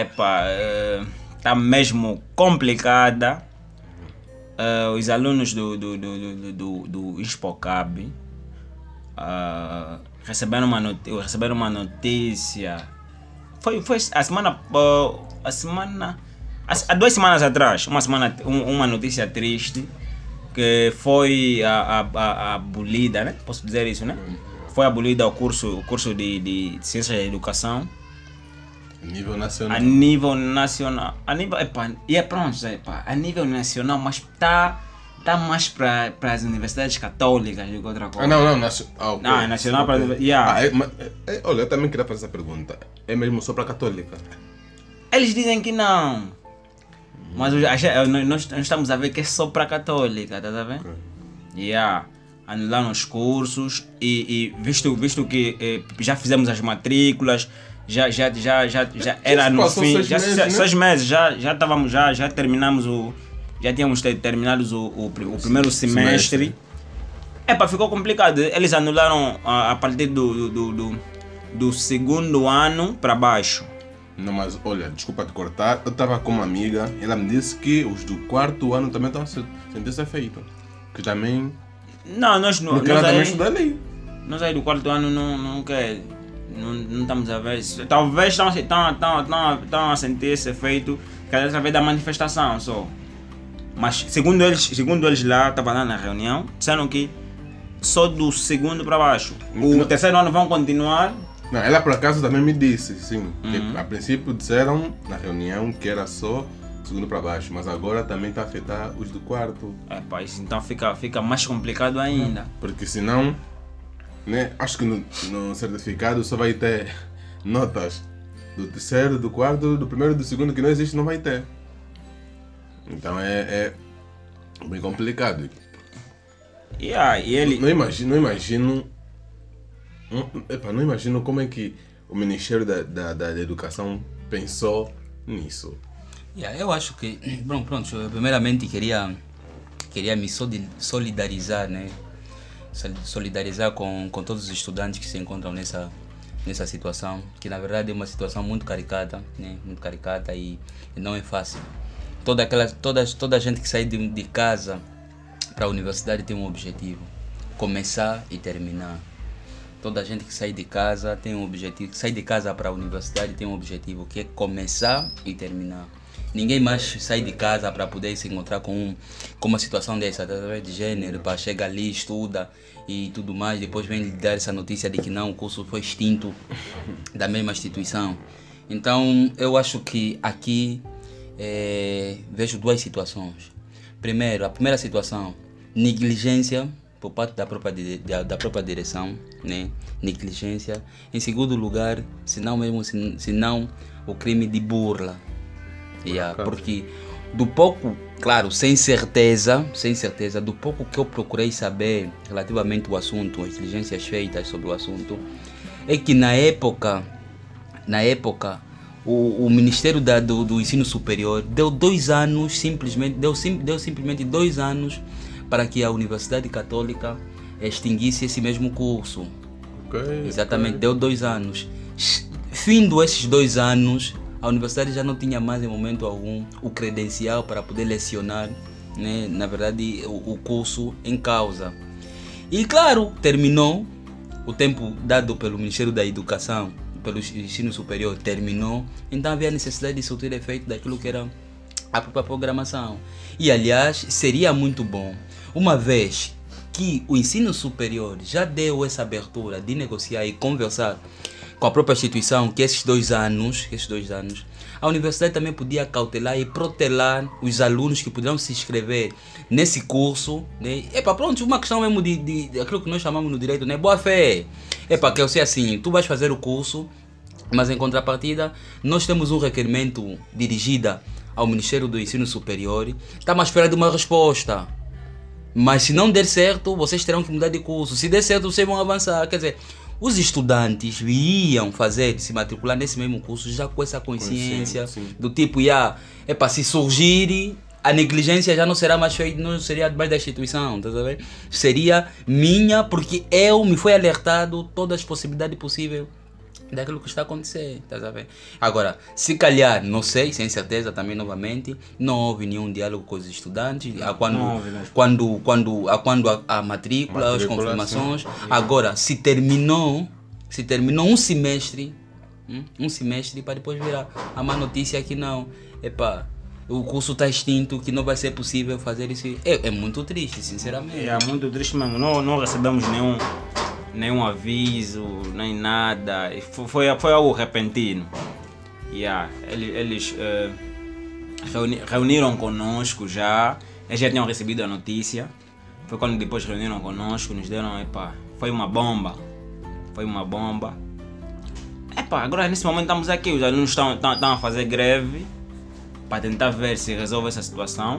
tá mesmo complicada. Os alunos do Inspocab receberam uma notícia. Foi há 2 semanas atrás, uma notícia triste, que foi abolida, né? Posso dizer isso, né? Foi abolida o curso de Ciências da Educação. A nível nacional. A nível nacional, mas tá mais para as universidades católicas do que outra coisa. Não, é nacional para... Olha, eu também queria fazer essa pergunta. É mesmo só para católica? Eles dizem que não. Mas nós estamos a ver que é só para católica, tá vendo? Anularam os cursos e visto que já fizemos as matrículas, já era no fim, 6 meses, já terminamos já tínhamos terminado o primeiro semestre. Ficou complicado. Eles anularam a partir do segundo ano para baixo. Não, mas olha, desculpa te cortar, eu estava com uma amiga, ela me disse que os do 4º ano também estão a sentir-se feito. Que também Não, nós não. Porque ela também estuda ali. Nós aí do quarto ano não estamos a ver. Talvez estão a sentir esse efeito através da manifestação só. Mas segundo eles lá, estava lá na reunião, disseram que só do segundo para baixo. O terceiro ano vão continuar. Não, ela por acaso também me disse, sim, que a princípio disseram na reunião que era só segundo para baixo, mas agora também está a afetar os do quarto. Isso então fica mais complicado ainda. Porque senão, né, acho que no certificado só vai ter notas do terceiro, do quarto, do primeiro e do segundo, que não existe, não vai ter. Então é bem complicado. E ele... Não imagino como é que o Ministério da Educação pensou nisso. Eu acho que, eu primeiramente queria me solidarizar, né? Solidarizar com todos os estudantes que se encontram nessa situação, que na verdade é uma situação muito caricata, né? Muito caricata e não é fácil. Toda a gente que sai de casa para a universidade tem um objetivo: começar e terminar. Toda a gente que sai de casa tem um objetivo, sai de casa para a universidade tem um objetivo, que é começar e terminar. Ninguém mais sai de casa para poder se encontrar com uma situação dessa, de gênero, para chegar ali, estuda e tudo mais, depois vem lhe dar essa notícia de que não, o curso foi extinto da mesma instituição. Então, eu acho que aqui vejo duas situações. Primeiro, a primeira situação, negligência por parte da própria direção, né? Negligência. Em segundo lugar, se não o crime de burla. Porque do pouco, claro, sem certeza, do pouco que eu procurei saber relativamente ao assunto, as diligências feitas sobre o assunto, é que na época o Ministério do Ensino Superior deu 2 anos, deu simplesmente 2 anos para que a Universidade Católica extinguisse esse mesmo curso. Exatamente, deu 2 anos. Findo esses 2 anos, a universidade já não tinha mais em momento algum o credencial para poder lecionar, né, na verdade, o curso em causa. E claro, terminou o tempo dado pelo Ministério da Educação, pelo Ensino Superior, terminou, então havia necessidade de surtir efeito daquilo que era a própria programação. E aliás, seria muito bom, uma vez que o ensino superior já deu essa abertura de negociar e conversar com a própria instituição, que esses 2 anos, a universidade também podia cautelar e protelar os alunos que poderão se inscrever nesse curso, né? Uma questão mesmo de aquilo que nós chamamos no direito, né? Boa fé. Que eu sei assim, tu vais fazer o curso, mas em contrapartida, nós temos um requerimento dirigido ao Ministério do Ensino Superior, estamos à espera de uma resposta. Mas se não der certo, vocês terão que mudar de curso. Se der certo, vocês vão avançar. Quer dizer, os estudantes iam se matricular nesse mesmo curso já com essa consciência do tipo, se surgir, a negligência já não será mais feita, não seria mais da instituição, tá sabendo? Seria minha, porque eu me fui alertado todas as possibilidades possíveis daquilo que está acontecendo, tá sabendo? Agora, se calhar, não sei, sem certeza também novamente, não houve nenhum diálogo com os estudantes, quando a matrícula, as confirmações. Agora, se terminou um semestre para depois virar a má notícia que não, o curso está extinto, que não vai ser possível fazer isso. É muito triste, sinceramente. É muito triste mesmo, não recebemos nenhum aviso, nem nada, foi algo repentino. Eles reuniram conosco já, eles já tinham recebido a notícia, foi quando depois reuniram conosco, nos deram, foi uma bomba. Agora nesse momento estamos aqui, os alunos estão a fazer greve para tentar ver se resolve essa situação.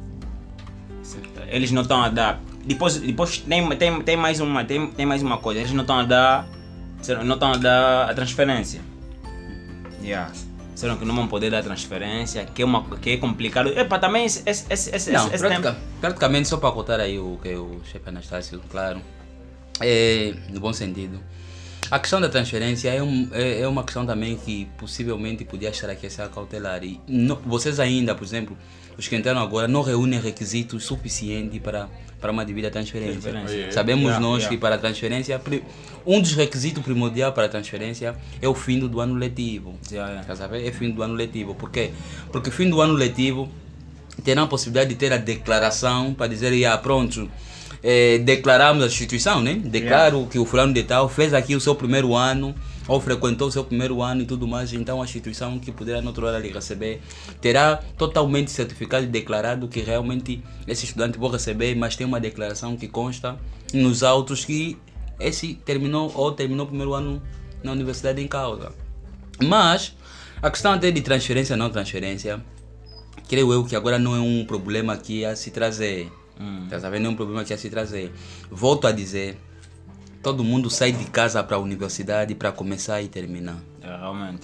Eles não estão a dar. Depois tem mais uma coisa, eles não estão a dar a transferência. Disseram que não vão poder dar transferência, que é complicado. Também praticamente só para contar aí o que o chefe Anastácio, claro, no bom sentido. A questão da transferência é uma questão também que possivelmente podia estar aqui a ser cautelar. E vocês ainda, por exemplo, os que entraram agora, não reúnem requisitos suficientes para uma devida transferência. Sabemos nós que para a transferência, um dos requisitos primordiais para a transferência é o fim do ano letivo. Tá sabendo? É o fim do ano letivo. Por quê? Porque o fim do ano letivo terá a possibilidade de ter a declaração para dizer, pronto, declaramos a instituição, né? Declaro que o fulano de tal fez aqui o seu primeiro ano, ou frequentou o seu primeiro ano e tudo mais, então a instituição que poderá noutra hora lhe receber terá totalmente certificado e declarado que realmente esse estudante vai receber, mas tem uma declaração que consta nos autos que esse terminou o primeiro ano na universidade em causa. Mas a questão até de transferência ou não transferência, creio eu que agora não é um problema que a se trazer. Tá sabendo? Não é um problema que a se trazer. Volto a dizer, todo mundo sai de casa para a universidade para começar e terminar. Realmente.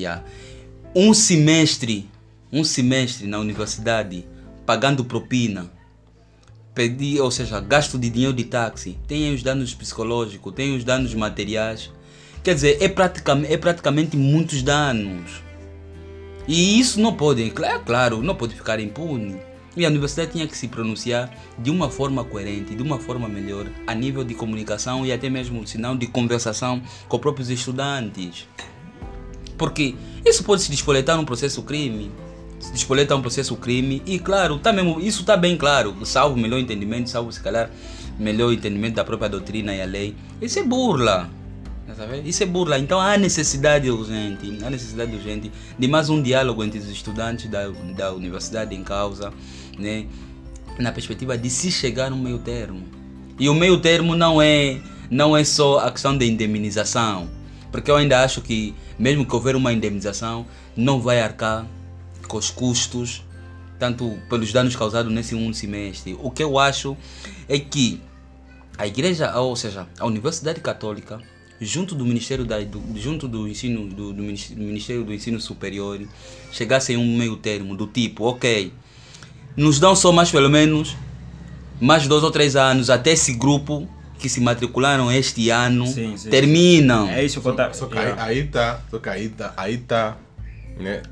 Um semestre na universidade, pagando propina, ou seja, gasto de dinheiro de táxi, tem os danos psicológicos, tem os danos materiais. Quer dizer, é praticamente muitos danos. E isso não pode, claro, não pode ficar impune. E a universidade tinha que se pronunciar de uma forma coerente, de uma forma melhor, a nível de comunicação e até mesmo, se não, de conversação com os próprios estudantes. Porque isso pode se despoletar num processo crime. Se despoletar um processo crime e, claro, isso está bem claro, salvo melhor entendimento, salvo se calhar melhor entendimento da própria doutrina e a lei. Isso é burla. Isso é burla, então há necessidade urgente de mais um diálogo entre os estudantes da universidade em causa, né, na perspectiva de se chegar no meio termo. E o meio termo não é só a questão da indemnização, porque eu ainda acho que mesmo que houver uma indemnização, não vai arcar com os custos, tanto pelos danos causados nesse um semestre. O que eu acho é que a igreja, ou seja, a Universidade Católica, junto do Ministério do Ministério do Ensino Superior, chegassem a um meio termo do tipo, ok, nos dão só mais pelo menos mais 2 ou 3 anos até esse grupo que se matricularam este ano terminam. É isso que eu Só que aí tá, né?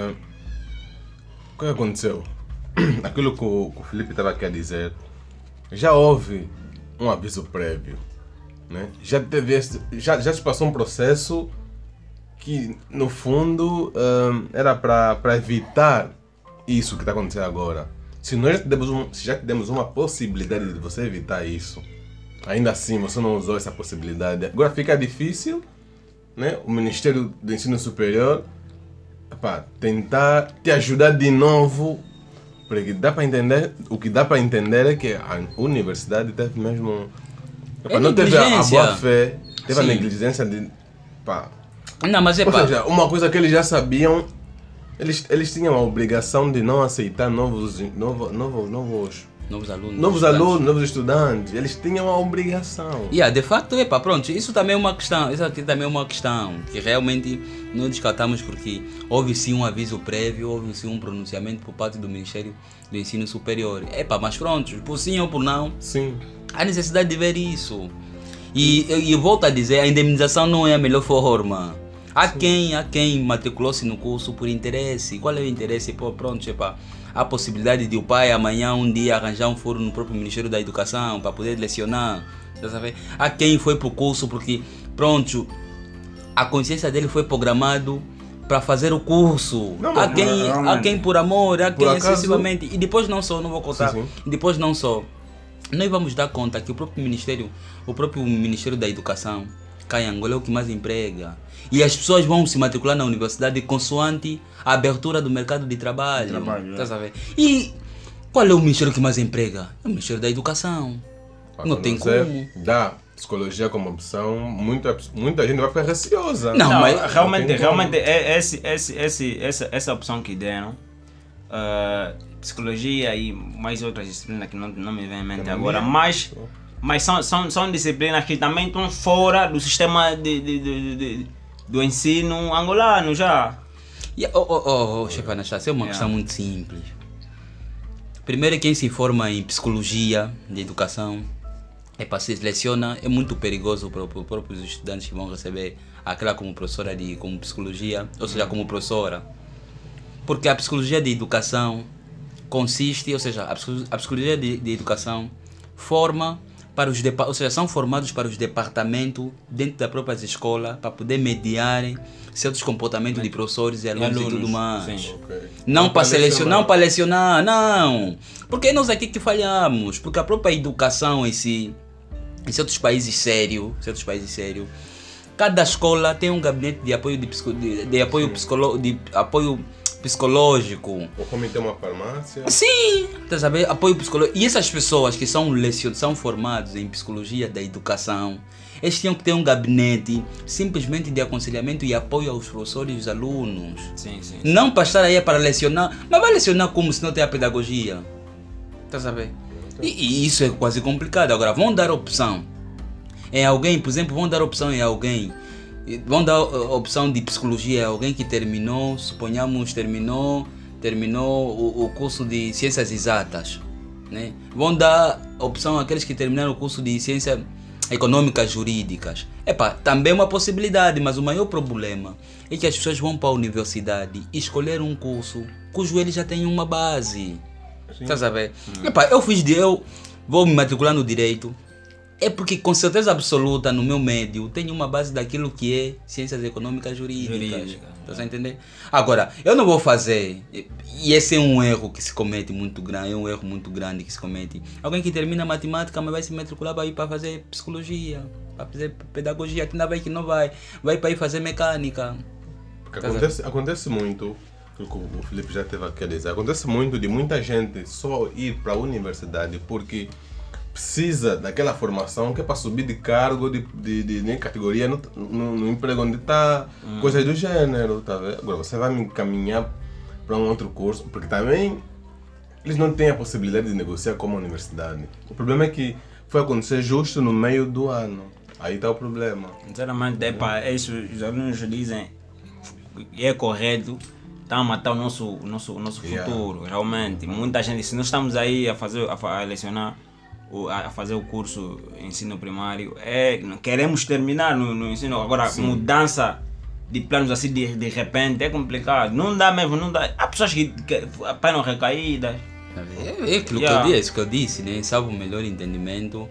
O que aconteceu? Aquilo que o Felipe estava aqui a dizer, já houve um aviso prévio. Né? Já se passou um processo que, no fundo, era para evitar isso que está acontecendo agora. Se nós já tivemos uma possibilidade de você evitar isso, ainda assim você não usou essa possibilidade, agora fica difícil, né? O Ministério do Ensino Superior tentar te ajudar de novo, porque dá para entender, o que dá para entender é que a universidade teve mesmo... não teve a boa fé, teve a negligência de... Não, mas Ou seja, uma coisa que eles já sabiam, eles tinham a obrigação de não aceitar novos alunos, novos estudantes. Eles tinham a obrigação. De facto, pronto, isso também é uma questão. Isso aqui também é uma questão que realmente não descartamos, porque houve sim um aviso prévio, houve sim um pronunciamento por parte do Ministério do Ensino Superior. Por pronto, por sim ou por não. Sim. Há necessidade de ver isso. E eu volto a dizer, a indemnização não é a melhor forma. Há quem matriculou-se no curso por interesse. Qual é o interesse? Há a possibilidade de o pai amanhã, um dia, arranjar um foro no próprio Ministério da Educação para poder lecionar. Há quem foi para o curso porque, pronto, a consciência dele foi programado para fazer o curso. Há quem por amor, há quem excessivamente. E depois não só, não vou contar. Sim. Depois não só. Nós vamos dar conta que o próprio Ministério da Educação, cá em Angola, é o que mais emprega. E as pessoas vão se matricular na universidade consoante a abertura do mercado de trabalho. Tá sabendo? E qual é o ministério que mais emprega? É o Ministério da Educação. Não tem como. Dá psicologia como opção, muita gente vai ficar receosa. Não, mas realmente essa opção que deram, psicologia e mais outras disciplinas que não me vem em mente agora, mas são disciplinas que também estão fora do sistema do ensino angolano já. Chefe Anastácio, é uma questão muito simples. Primeiro, quem se forma em psicologia de educação para se seleciona, é muito perigoso para os próprios estudantes que vão receber aquela como professora como psicologia, ou seja, como professora. Porque a psicologia de educação consiste, ou seja, a psicologia de educação forma para os ou seja, são formados para os departamentos dentro das próprias escolas para poder mediarem certos comportamentos de professores e alunos e tudo mais. Okay. Não para selecionar, não para lecionar, não. Porque nós aqui que falhamos, porque a própria educação em si, em certos países sérios, cada escola tem um gabinete de apoio de apoio psicológico. Ou como tem uma farmácia. Sim, tá sabendo? Apoio psicológico. E essas pessoas que são formados em psicologia da educação, eles tinham que ter um gabinete simplesmente de aconselhamento e apoio aos professores e aos alunos. Sim. Não para estar aí para lecionar, mas vai lecionar como se não tem a pedagogia. Tá sabendo? E isso é quase complicado. Agora, vão dar opção em alguém, por exemplo, vão dar opção de psicologia a alguém que terminou, suponhamos, terminou o curso de ciências exatas, né? Vão dar opção àqueles que terminaram o curso de ciências econômicas jurídicas. Também é uma possibilidade, mas o maior problema é que as pessoas vão para a universidade e escolher um curso cujo eles já têm uma base. Tá sabendo? Eu vou me matricular no direito. É porque com certeza absoluta no meu médio tenho uma base daquilo que é ciências econômicas jurídicas. Tá entendendo? Agora, eu não vou fazer, e esse é um erro que se comete muito grande, que se comete. Alguém que termina matemática, mas vai se matricular para ir para fazer psicologia, para fazer pedagogia, que não vai para ir fazer mecânica. Porque acontece muito, o Felipe já teve aqui a dizer, acontece muito de muita gente só ir para a universidade porque precisa daquela formação que é para subir de cargo, de categoria no emprego onde está, coisas do gênero, tá vendo? Agora você vai me encaminhar para um outro curso, porque também eles não têm a possibilidade de negociar com a universidade. O problema é que foi acontecer justo no meio do ano, aí está o problema. Sinceramente, isso os alunos dizem é correto, está a matar o nosso futuro, realmente. Muita gente, se nós estamos aí a lecionar, a fazer o curso ensino primário, queremos terminar no ensino, agora mudança de planos assim de repente é complicado, não dá mesmo, não dá. Há pessoas que apanham recaídas. É aquilo que eu disse, né? Salvo o melhor entendimento,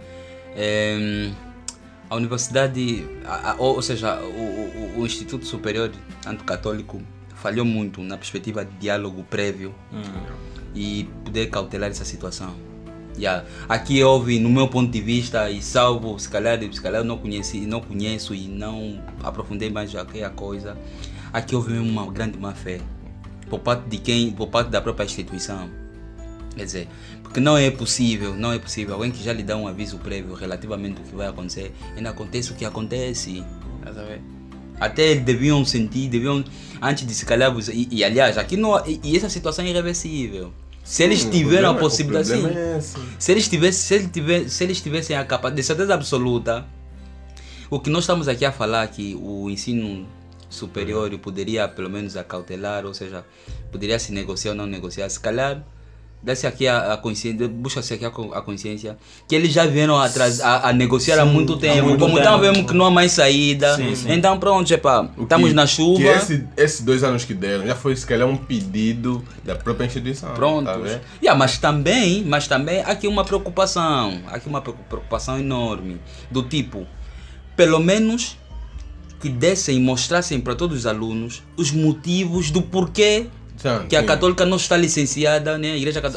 a universidade, ou seja, o Instituto Superior Antocatólico falhou muito na perspectiva de diálogo prévio e poder cautelar essa situação. Aqui houve, no meu ponto de vista, e salvo, se calhar eu não conheço e não aprofundei mais aqui a coisa, aqui houve uma grande má fé por parte da própria instituição. Quer dizer, porque não é possível alguém que já lhe dá um aviso prévio relativamente ao que vai acontecer, ainda acontece o que acontece. Até eles deviam antes de se calhar, e aliás, aqui não, e essa situação é irreversível. Se eles tiveram a possibilidade, se eles tivessem a capacidade, de certeza absoluta, o que nós estamos aqui a falar, que o ensino superior poderia pelo menos acautelar, ou seja, poderia se negociar ou não negociar, se calhar dá-se aqui a consciência, busca-se aqui a consciência que eles já vieram a negociar há muito tempo, como estamos vendo que não há mais saída, então pronto, estamos na chuva. Que esses 2 anos que deram já foi se calhar um pedido da própria instituição. Pronto. Tá, mas também há aqui uma preocupação, enorme, do tipo, pelo menos que dessem e mostrassem para todos os alunos os motivos do porquê que a Católica não está licenciada, né?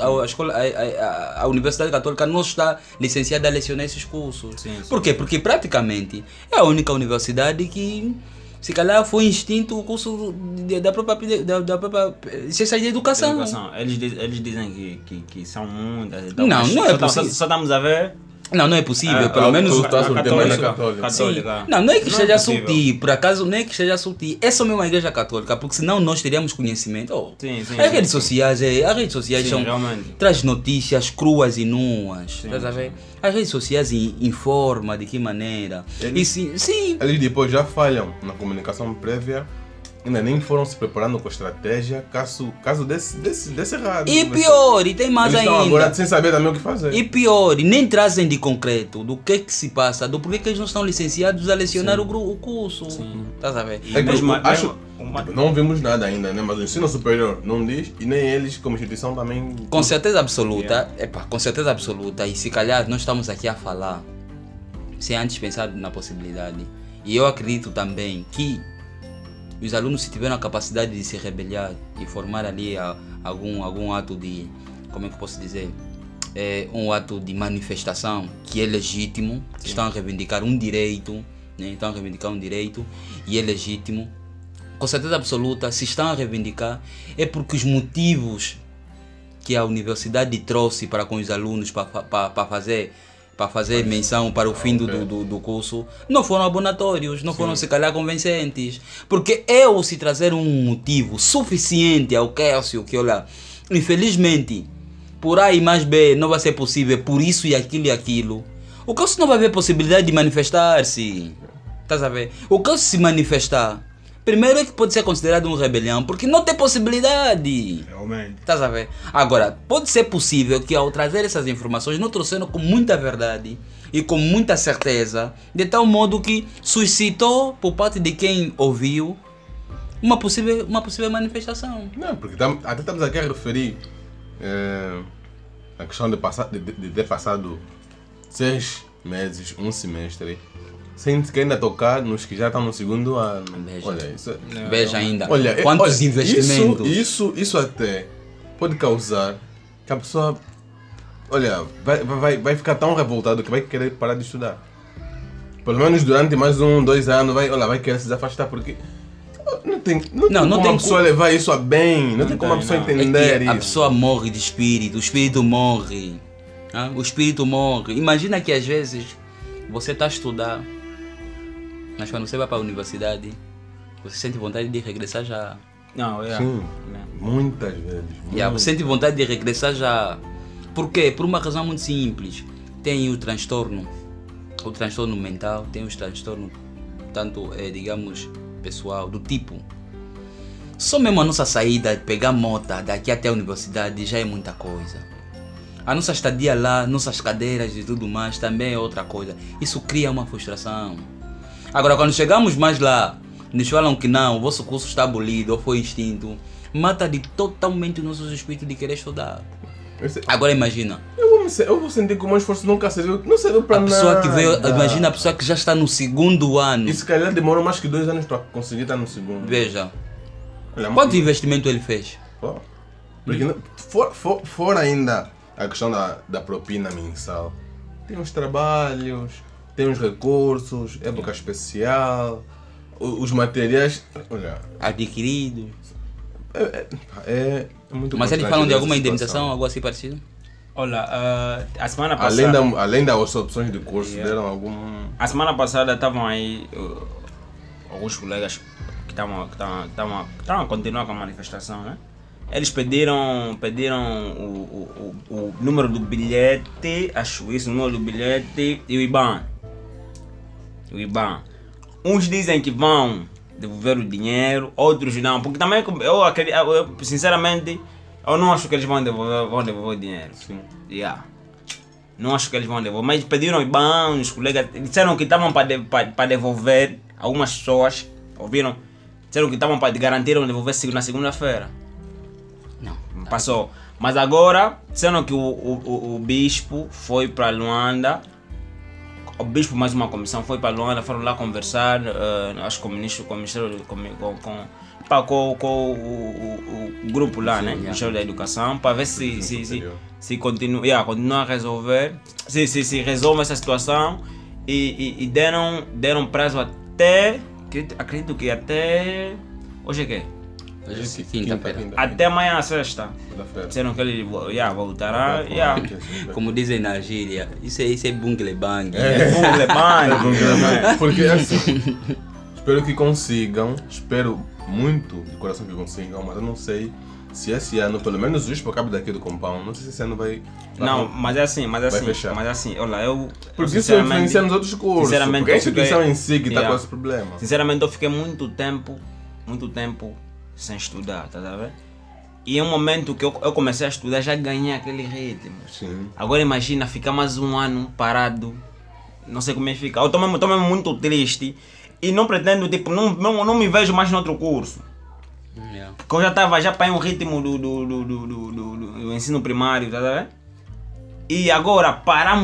A Universidade Católica não está licenciada a lecionar esses cursos. Por quê? Porque praticamente é a única universidade que, se calhar, foi extinto o curso da própria ciência de educação. Eles dizem que são muitas. Não é possível. Só estamos a ver. Não é possível, pelo menos a católica. Sim. Não é que esteja sutil, por acaso não é que esteja sutil, é só mesmo a igreja católica, porque senão nós teríamos conhecimento. As redes sociais traz notícias cruas e nuas. As redes sociais informam de que maneira. Eles depois já falham na comunicação prévia ainda nem foram se preparando com a estratégia caso desse errado. E pior, e tem mais eles ainda. estão agora sem saber também o que fazer. E pior, e nem trazem de concreto do que se passa, do porquê que eles não estão licenciados a lecionar o curso. Estás a ver? É que Mesmo- acho, mesmo- tipo, não vimos nada ainda, né? Mas o ensino superior não diz e nem eles como instituição também. Com certeza absoluta, com certeza absoluta, e se calhar nós estamos aqui a falar sem antes pensar na possibilidade. E eu acredito também que os alunos, se tiveram a capacidade de se rebeliar e formar ali algum ato de, como é que eu posso dizer, um ato de manifestação que é legítimo, estão a reivindicar um direito, né? Estão a reivindicar um direito e é legítimo. Com certeza absoluta, se estão a reivindicar, é porque os motivos que a universidade trouxe para com os alunos para fazer menção para o fim do curso não foram abonatórios, não foram se calhar convincentes. Porque eu, se trazer um motivo suficiente ao Kelsio, que olha, infelizmente, por A e mais B não vai ser possível, por isso e aquilo, o Kelsio não vai ver possibilidade de manifestar-se. Estás a ver? O Kelsio se manifestar, primeiro é que pode ser considerado uma rebelião, porque não tem possibilidade. Realmente. Estás a ver? Agora, pode ser possível que ao trazer essas informações não trouxeram com muita verdade e com muita certeza, de tal modo que suscitou por parte de quem ouviu uma possível manifestação. Não, porque até estamos aqui a referir a questão de ter passado 6 meses, um semestre, sem sequer ainda tocar nos que já estão no segundo ano. Veja. Olha, isso Veja ainda olha, quantos olha, investimentos. Isso até pode causar que a pessoa, olha, vai ficar tão revoltado que vai querer parar de estudar. Pelo menos durante mais 1, 2 anos vai querer se afastar, porque não tem como tem a pessoa levar isso a bem, não tem como a pessoa entender que isso. a pessoa morre de espírito, o espírito morre. O espírito morre. Imagina que às vezes você está a estudar, mas quando você vai para a universidade, você sente vontade de regressar já. Não, Sim, muitas vezes. Você sente vontade de regressar já. Por quê? Por uma razão muito simples. Tem o transtorno mental, tem os transtornos, tanto, digamos, pessoal, do tipo. Só mesmo a nossa saída, pegar moto daqui até a universidade já é muita coisa. A nossa estadia lá, nossas cadeiras e tudo mais também é outra coisa. Isso cria uma frustração. Agora, quando chegamos mais lá, nos falam que não, o vosso curso está abolido ou foi extinto, mata de totalmente o nosso espírito de querer estudar. Agora imagina. Eu vou sentir que o meu esforço nunca serviu para nada. A pessoa que veio, imagina a pessoa que já está no segundo ano. E se calhar demorou mais que 2 anos para conseguir estar no segundo. Veja. Olha, Quanto investimento ele fez? Porque fora ainda a questão da propina mensal, tem os trabalhos, tem os recursos, época especial, os materiais, olha, Adquiridos. É muito. Mas eles falam de alguma essa indenização, situação. algo assim parecido? Olha, a semana passada... Além das opções de curso, deram algum... A semana passada estavam aí alguns colegas que estavam a continuar com a manifestação, né? Eles pediram o número do bilhete, acho isso, o número do bilhete e o IBAN. Uns dizem que vão devolver o dinheiro, outros não, porque também eu acredito, sinceramente, eu não acho que eles vão devolver o dinheiro. Sim. Não acho que eles vão devolver, mas pediram IBAN, os colegas disseram que estavam para devolver, algumas pessoas ouviram, disseram que estavam para garantir devolver na segunda-feira. Não. Passou. Mas agora, disseram que o bispo foi para Luanda, o bispo mais uma comissão foi para Luanda, foram lá conversar, acho que com o ministro, com o grupo lá, né? O Ministério da Educação, para ver se continua a resolver, se resolve essa situação e deram prazo até, acredito que até, hoje é que? Hoje é quinta-feira. Até amanhã, sexta. Quinta-feira. Disseram que ele voltará. Como dizem na gíria, isso é bungle bang. Bungle bang. Porque assim, espero que consigam, espero muito de coração que consigam, mas eu não sei se esse ano, pelo menos o Expo cabe daqui do compound, não sei se esse ano vai... Não, mas é assim, fechar. olha, eu... Porque isso influencia nos outros cursos, sinceramente, porque a instituição em si que está com esse problema. Sinceramente, eu fiquei muito tempo muito tempo sem estudar, tá a ver? E em um momento que eu comecei a estudar, já ganhei aquele ritmo. Sim. Agora imagina ficar mais um ano parado, não sei como é que fica. Eu tô mesmo muito triste e não pretendo, tipo, não me vejo mais no outro curso. Yeah. Porque eu já estava para um ritmo do ensino primário, tá a ver? E agora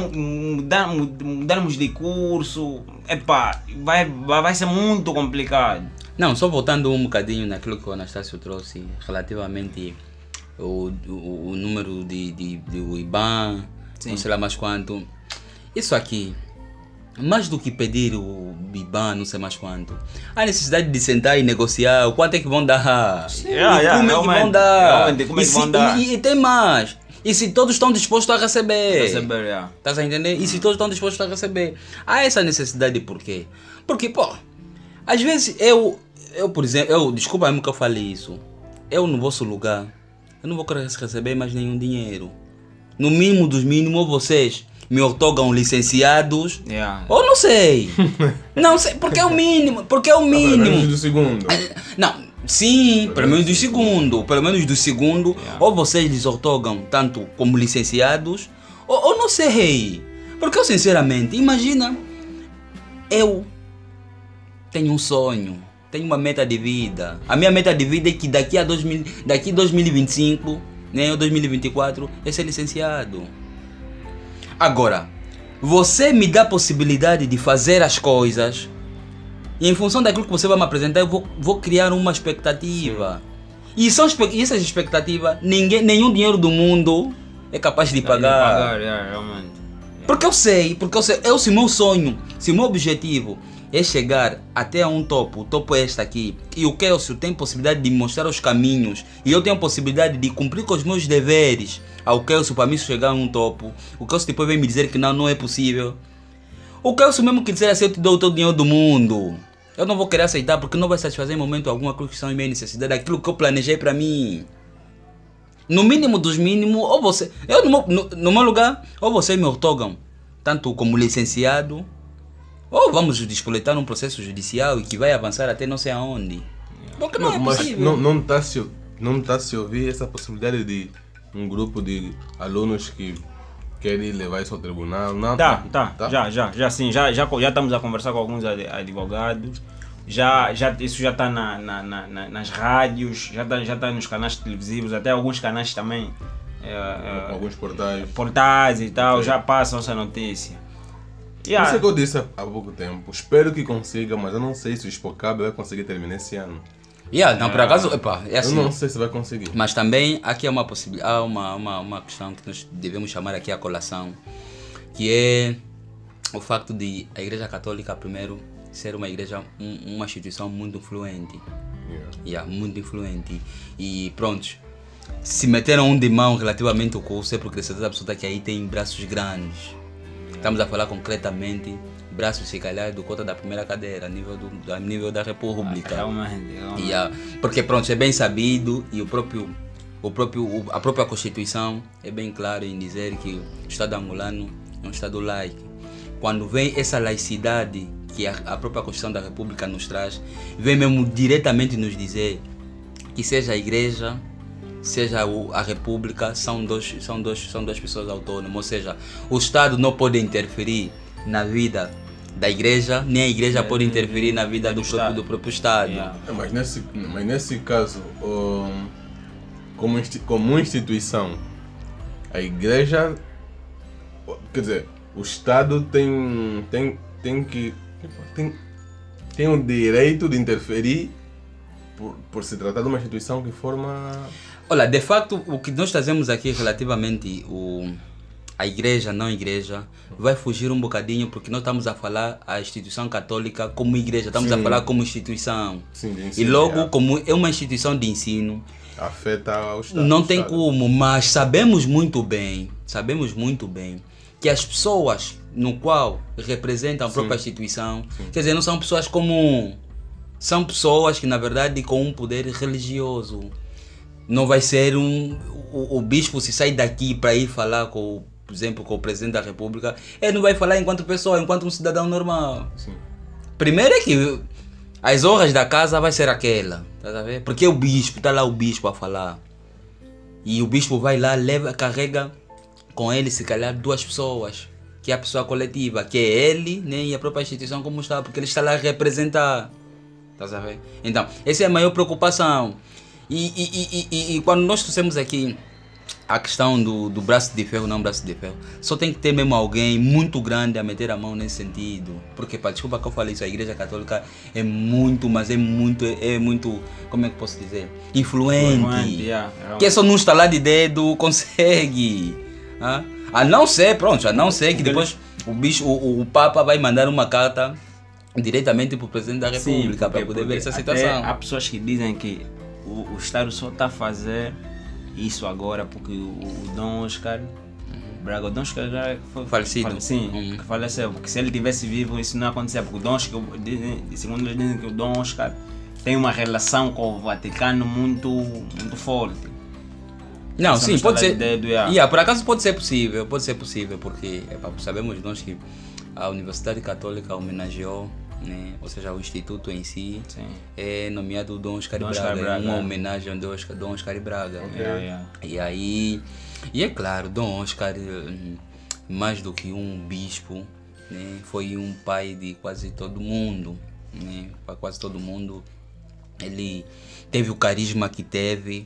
mudarmos de curso, epa, vai ser muito complicado. Não, só voltando um bocadinho naquilo que o Anastácio trouxe relativamente o número do IBAN, Sim. não sei lá mais quanto. Isso aqui, mais do que pedir o IBAN, não sei mais quanto, há necessidade de sentar e negociar o quanto é que vão dar. Como é que vão dar. E tem mais. E se todos estão dispostos a receber? Estás a entender? E se todos estão dispostos a receber? Há essa necessidade por quê? Porque, pô, às vezes eu por exemplo, desculpa-me que eu falei isso. Eu no vosso lugar, eu não vou querer receber mais nenhum dinheiro. No mínimo dos mínimos, vocês me otorgam licenciados. Ou não sei. Não sei, porque é o mínimo. Porque é o mínimo. Pelo menos do segundo. Não, sim, pelo menos do segundo. Pelo menos do segundo. Ou vocês lhes otorgam tanto como licenciados, ou não sei. Porque eu sinceramente, imagina, eu tenho um sonho. Tenho uma meta de vida. A minha meta de vida é que daqui 2025, né, ou 2024, eu ser licenciado. Agora, você me dá a possibilidade de fazer as coisas e em função daquilo que você vai me apresentar, eu vou criar uma expectativa. E essas expectativas, nenhum dinheiro do mundo é capaz de pagar. Realmente. Porque eu sei, se o meu sonho, se o meu objetivo é chegar até um topo, o topo é este aqui, e o Kelsey tem possibilidade de mostrar os caminhos, e eu tenho a possibilidade de cumprir com os meus deveres ao Kelsey para mim chegar a um topo, o Kelsey depois vem me dizer que não é possível. O Kelsey mesmo que disser assim, eu te dou todo o dinheiro do mundo, eu não vou querer aceitar porque não vai satisfazer em momento algum aquilo que são as minhas necessidades, aquilo que eu planejei para mim. No mínimo dos mínimos, ou você, eu no meu lugar, ou vocês me otorgam tanto como licenciado, ou vamos despoletar num processo judicial e que vai avançar até não sei aonde. Porque não é possível. Mas não está a se ouvir essa possibilidade de um grupo de alunos que querem levar isso ao tribunal? Não, Já estamos a conversar com alguns advogados. Isso já está nas rádios, já está nos canais televisivos, até alguns canais também. Alguns portais. Portais e tal, já passam essa notícia. Isso é que eu disse há pouco tempo. Espero que consiga, mas eu não sei se o Expocab vai conseguir terminar esse ano. Não, por acaso, é assim. Eu não sei se vai conseguir. Mas também aqui há uma questão que nós devemos chamar aqui a colação, que é o facto de a Igreja Católica, primeiro, ser uma igreja, uma instituição muito influente. Muito influente. E pronto, se meteram de mão relativamente ao curso, é porque certeza absoluta que aí tem braços grandes. Estamos a falar concretamente, braços se calhar do cota da primeira cadeira, a nível da República. Porque pronto, é bem sabido e a própria Constituição é bem clara em dizer que o Estado angolano é um Estado laico. Quando vem essa laicidade que a própria Constituição da República nos traz, vem mesmo diretamente nos dizer que seja a Igreja, seja a República, são duas pessoas autônomas, ou seja, o Estado não pode interferir na vida da Igreja, nem a Igreja pode interferir na vida do próprio Estado. Mas nesse caso, como instituição, a Igreja, quer dizer, o Estado tem o direito de interferir por se tratar de uma instituição que forma... Olha, de facto, o que nós trazemos aqui relativamente a igreja, não igreja, vai fugir um bocadinho porque nós estamos a falar a instituição católica como igreja, estamos a falar como instituição. Sim, de ensino, e logo, como é uma instituição de ensino, afeta o Estado. Não tem como, mas sabemos muito bem que as pessoas no qual representam a própria instituição, quer dizer, não são pessoas comuns, são pessoas que na verdade com um poder religioso. Não vai ser o bispo se sai daqui para ir falar por exemplo, com o presidente da República, ele não vai falar enquanto pessoa, enquanto um cidadão normal. Sim. Primeiro é que As honras da casa vai ser aquela, tá a ver? Porque o bispo, tá lá o bispo a falar. E o bispo vai lá, carrega com ele, se calhar, 2 pessoas. Que é a pessoa coletiva, que é ele, né, e a própria instituição como está, porque ele está lá a representar. Tá a ver? Então, essa é a maior preocupação. E quando nós trouxemos aqui a questão do braço de ferro, não braço de ferro, só tem que ter mesmo alguém muito grande a meter a mão nesse sentido. Porque, pá, desculpa que eu falei isso, a Igreja Católica é muito, mas é muito, como é que posso dizer? Influente. Que é só num estalar de dedo consegue. A não ser que depois o Papa vai mandar uma carta diretamente para o Presidente da República para poder ver essa situação. Há pessoas que dizem que o Estado só está a fazer isso agora porque o Dom Oscar Braga, o Dom Oscar Braga foi falecido. Sim, que faleceu, porque se ele tivesse vivo isso não ia acontecer, porque o Dom Oscar, segundo eles dizem que o Dom Oscar tem uma relação com o Vaticano muito forte. Não, sim, pode ser. Por acaso pode ser possível, porque sabemos nós que a Universidade Católica homenageou, né, ou seja, o Instituto em si, é nomeado Dom Oscar Braga, uma homenagem ao Dom Oscar Braga. E aí, e é claro, Dom Oscar, mais do que um bispo, né, foi um pai de quase todo mundo, né, para quase todo mundo. Ele teve o carisma que teve.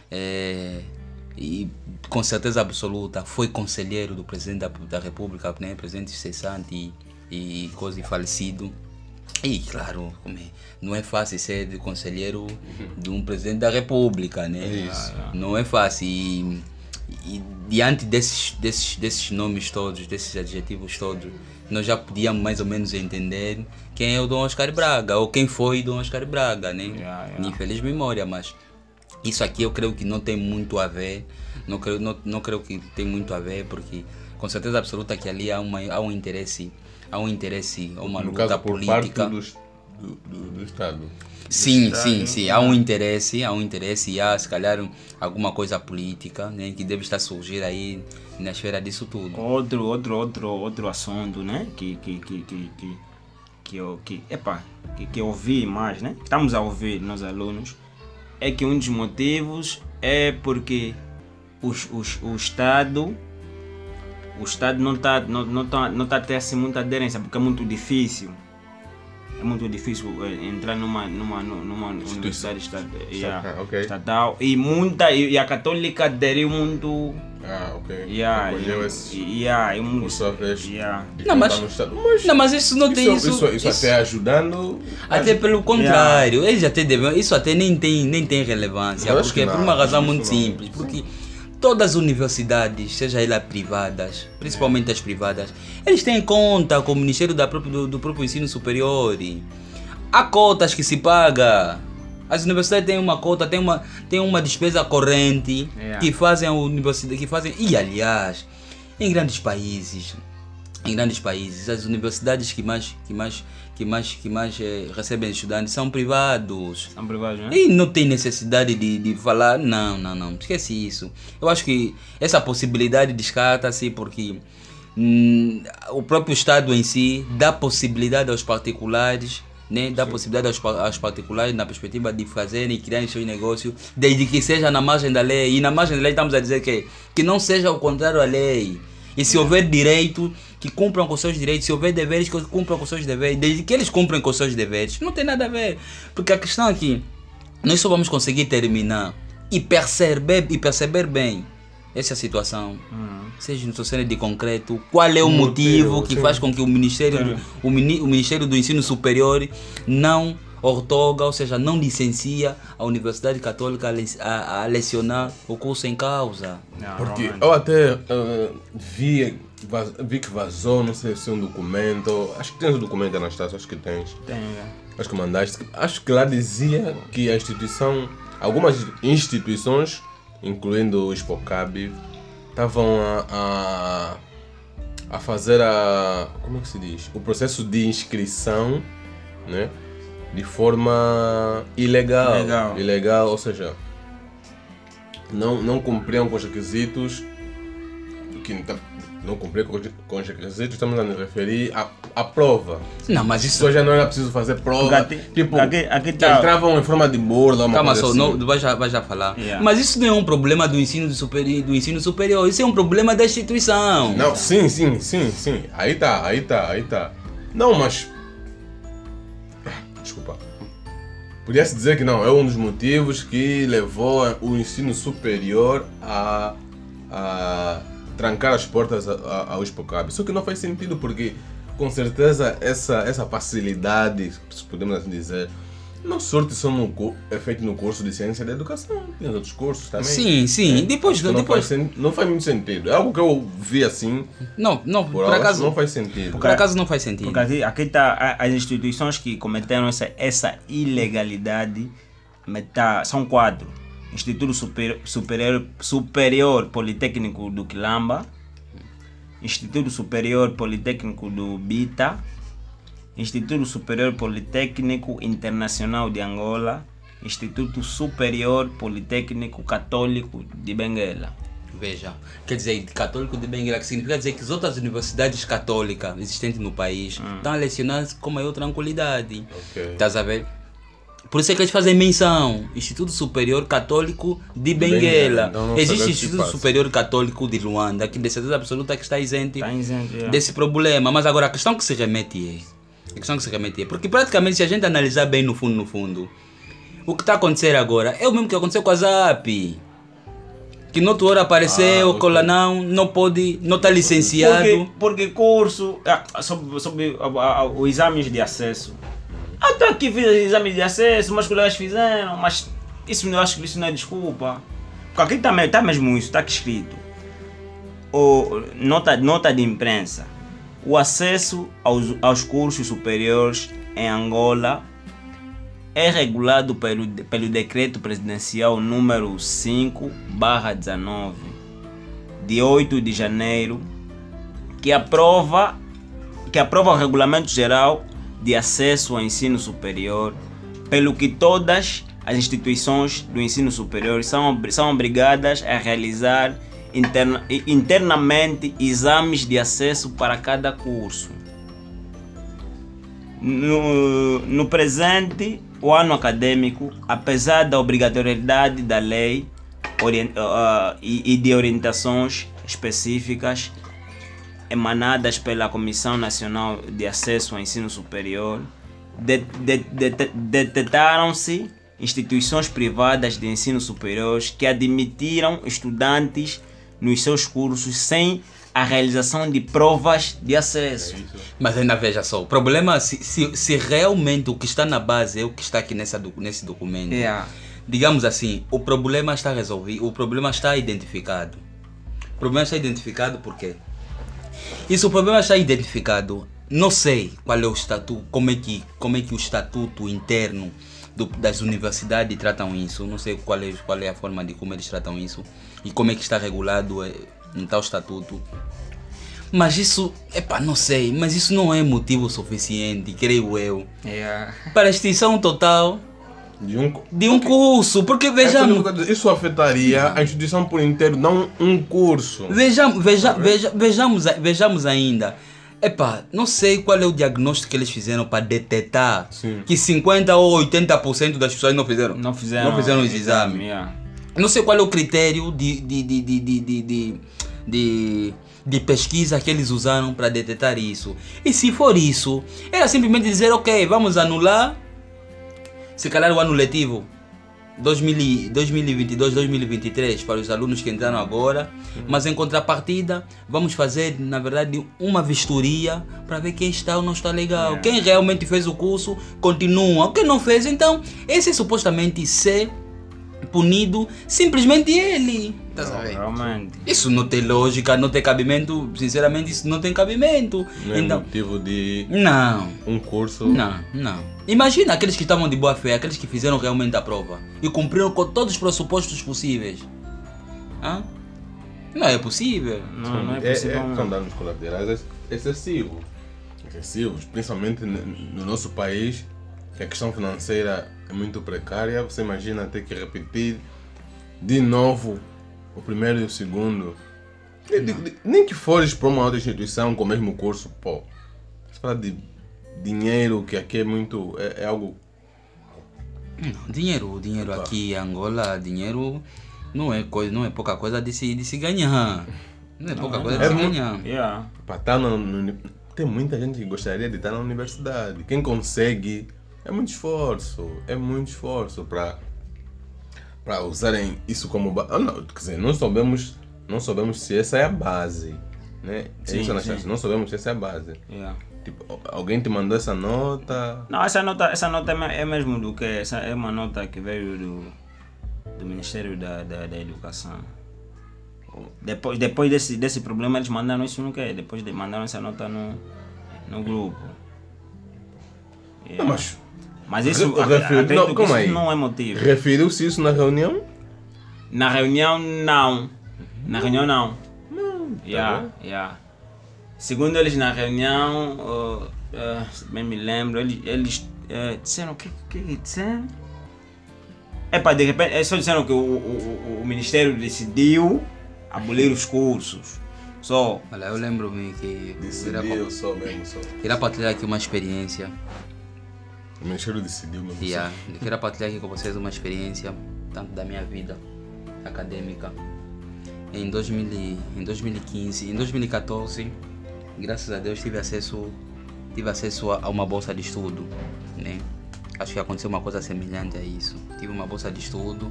E com certeza absoluta foi conselheiro do Presidente da República, né? Presidente cessante e coisa de falecido. E claro, não é fácil ser conselheiro de um Presidente da República, né? Não é fácil. E diante desses nomes todos, desses adjetivos todos, nós já podíamos mais ou menos entender quem é o Dom Oscar Braga, ou quem foi Dom Oscar Braga, né? Infeliz memória, mas isso aqui eu creio que não tem muito a ver, não creio que tem muito a ver, porque com certeza absoluta que ali há um interesse, uma no luta caso, política. Por parte do Estado. Sim, há um interesse e há se calhar alguma coisa política, né, que deve estar surgir aí na esfera disso tudo. Outro assunto, né, que eu ouvi mais, né, estamos a ouvir nos alunos, é que um dos motivos é porque o Estado não está a ter assim muita aderência, porque é muito difícil. É muito difícil entrar numa universidade estatal e a católica aderiu muito. Por sua vez. Mas isso não tem isso. Isso até ajudando. Até pelo contrário, eles até devem. Isso até nem tem relevância, porque por uma razão muito simples. Porque todas as universidades, seja elas privadas, principalmente as privadas, eles têm conta com o Ministério do próprio Ensino Superior. Há cotas que se paga. As universidades têm uma cota, têm uma despesa corrente que fazem a universidade, e aliás, em grandes países, as universidades que mais recebem estudantes são privados. São privados, né? E não tem necessidade de falar, não, esquece isso. Eu acho que essa possibilidade descarta-se porque o próprio Estado em si dá possibilidade aos particulares, né? Dá possibilidade aos particulares na perspectiva de fazerem e criarem seus negócios, desde que seja na margem da lei. E na margem da lei estamos a dizer que não seja o contrário à lei. E se houver direito, que cumpram com seus direitos. Se houver deveres, que cumpram com seus deveres. Desde que eles cumprem com seus deveres, não tem nada a ver. Porque a questão é que nós só vamos conseguir terminar e perceber bem essa situação, seja no cena de concreto, qual é o motivo que faz com que o Ministério do Ensino Superior não ortoga, ou seja, não licencia a Universidade Católica a lecionar o curso em causa. Porque eu até vi que vazou, não sei se é um documento, acho que tens o documento, Anastácio, acho que tens. Tem, Acho que mandaste. Acho que lá dizia que algumas instituições, incluindo o Spocab, estavam a fazer como é que se diz? O processo de inscrição, né? De forma ilegal, ou seja, não cumpriam com os requisitos que não cumprir com os requisitos, estamos a nos referir à prova. Não, mas isso... Só já não era preciso fazer prova. Tipo, aqui tá... entravam em forma de burla, uma Calma coisa só, assim. não, vai já falar. Yeah. Mas isso não é um problema do ensino superior, isso é um problema da instituição. Não, sim. Aí tá. Não, mas... Desculpa. Podia-se dizer que não, é um dos motivos que levou o ensino superior a trancar as portas ao Expocab. Só que não faz sentido porque, com certeza, essa facilidade, se podemos assim dizer, não surte só é feito no curso de Ciência da Educação, tem outros cursos também. Sim. Depois... Não faz muito sentido. É algo que eu vi assim, Não, por acaso... não faz sentido. Por acaso não faz sentido. Porque aqui tá as instituições que cometeram essa ilegalidade, são 4. Instituto Superior Politécnico do Quilamba, Instituto Superior Politécnico do Bita, Instituto Superior Politécnico Internacional de Angola, Instituto Superior Politécnico Católico de Benguela. Veja, quer dizer, católico de Benguela, que significa dizer que as outras universidades católicas existentes no país estão a lecionar com maior tranquilidade. Estás a ver? Por isso é que eles fazem menção, Instituto Superior Católico de Benguela. Existe o Instituto Superior Católico de Luanda, que de certeza absoluta que está isento desse problema. Mas agora a questão que se remete é, porque praticamente se a gente analisar bem no fundo, o que está acontecendo agora é o mesmo que aconteceu com a ZAP. Que no outro hora apareceu, o Colanão não pode, não está licenciado. Porque curso, sobre os exames de acesso. Até aqui fiz exames de acesso, meus colegas fizeram, mas isso eu acho que isso não é desculpa. Porque aqui está mesmo isso, está aqui escrito. Nota de imprensa. O acesso aos cursos superiores em Angola é regulado pelo Decreto Presidencial número 5/19, de 8 de janeiro, que aprova o Regulamento Geral de Acesso ao Ensino Superior, pelo que todas as instituições do ensino superior são obrigadas a realizar internamente exames de acesso para cada curso. No presente, o ano acadêmico, apesar da obrigatoriedade da lei e de orientações específicas emanadas pela Comissão Nacional de Acesso ao Ensino Superior, detectaram-se instituições privadas de ensino superior que admitiram estudantes nos seus cursos sem a realização de provas de acesso. Mas ainda veja só, o problema, se realmente o que está na base é o que está aqui nesse documento, digamos assim, o problema está resolvido, o problema está identificado. O problema está identificado por quê? E se o problema está identificado, não sei qual é o estatuto, como é que o estatuto interno das universidades tratam isso, não sei qual é a forma de como eles tratam isso e como é que está regulado em tal estatuto. Mas isso, não sei, mas isso não é motivo suficiente, creio eu, para a extinção total de um curso, porque vejamos... Isso afetaria a instituição por inteiro, não um curso. Vejamos ainda. Não sei qual é o diagnóstico que eles fizeram para detectar que 50% ou 80% das pessoas não fizeram os exames. Não sei qual é o critério de pesquisa que eles usaram para detectar isso. E se for isso, era simplesmente dizer, ok, vamos anular, se calhar o ano letivo 2022, 2023 para os alunos que entraram agora, mas em contrapartida vamos fazer, na verdade, uma vistoria para ver quem está ou não está legal. Quem realmente fez o curso continua, quem não fez, então esse é supostamente ser punido simplesmente ele. Isso não tem lógica, não tem cabimento, sinceramente isso não tem cabimento. Não é motivo de um curso. Não. Imagina aqueles que estavam de boa fé, aqueles que fizeram realmente a prova e cumpriram com todos os pressupostos possíveis. Não é possível. Não é possível. São danos colaterais excessivos, principalmente no nosso país, que a questão financeira é muito precária. Você imagina ter que repetir de novo o primeiro e o segundo Nem que fores para uma outra instituição com o mesmo curso, pô. Se fala de dinheiro, que aqui é muito. É algo. Não, dinheiro aqui em Angola, dinheiro não é pouca coisa de se ganhar. Não é pouca coisa de se ganhar. Yeah. Para estar tem muita gente que gostaria de estar na universidade. Quem consegue, é muito esforço para usarem isso como base. Quer dizer, não sabemos se essa é a base, né? Sim. Não sabemos se essa é a base. Yeah. Tipo, alguém te mandou essa nota? Não, essa nota é mesmo do que essa é uma nota que veio do Ministério da Educação. Depois desse problema eles mandaram isso no quê? Depois mandaram essa nota no grupo. Yeah. Não, mas isso não, calma aí. Não é motivo. Referiu-se isso na reunião? Na reunião não. Na reunião não. Tá Yeah. Segundo eles na reunião, se bem me lembro, eles disseram o que disseram? De repente, eles só disseram que o Ministério decidiu abolir os cursos. Só. Olha, eu lembro-me que Decidiu só. queria partilhar aqui uma experiência. O Ministério decidiu mesmo. Eu queria partilhar aqui com vocês uma experiência, tanto da minha vida acadêmica. Em 2015, em 2014, graças a Deus tive acesso a uma bolsa de estudo, né? Acho que aconteceu uma coisa semelhante a isso. Tive uma bolsa de estudo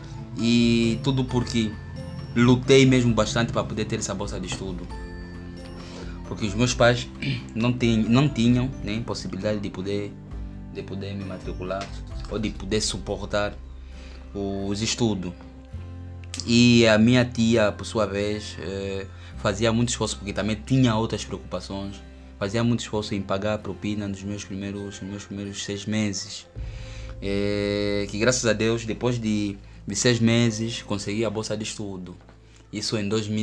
e tudo porque lutei mesmo bastante para poder ter essa bolsa de estudo. Porque os meus pais não tinham nem possibilidade de poder me matricular ou de poder suportar os estudos. E a minha tia, por sua vez, fazia muito esforço, porque também tinha outras preocupações, fazia muito esforço em pagar a propina nos meus primeiros 6 meses. Que graças a Deus, depois de 6 meses, consegui a bolsa de estudo. Isso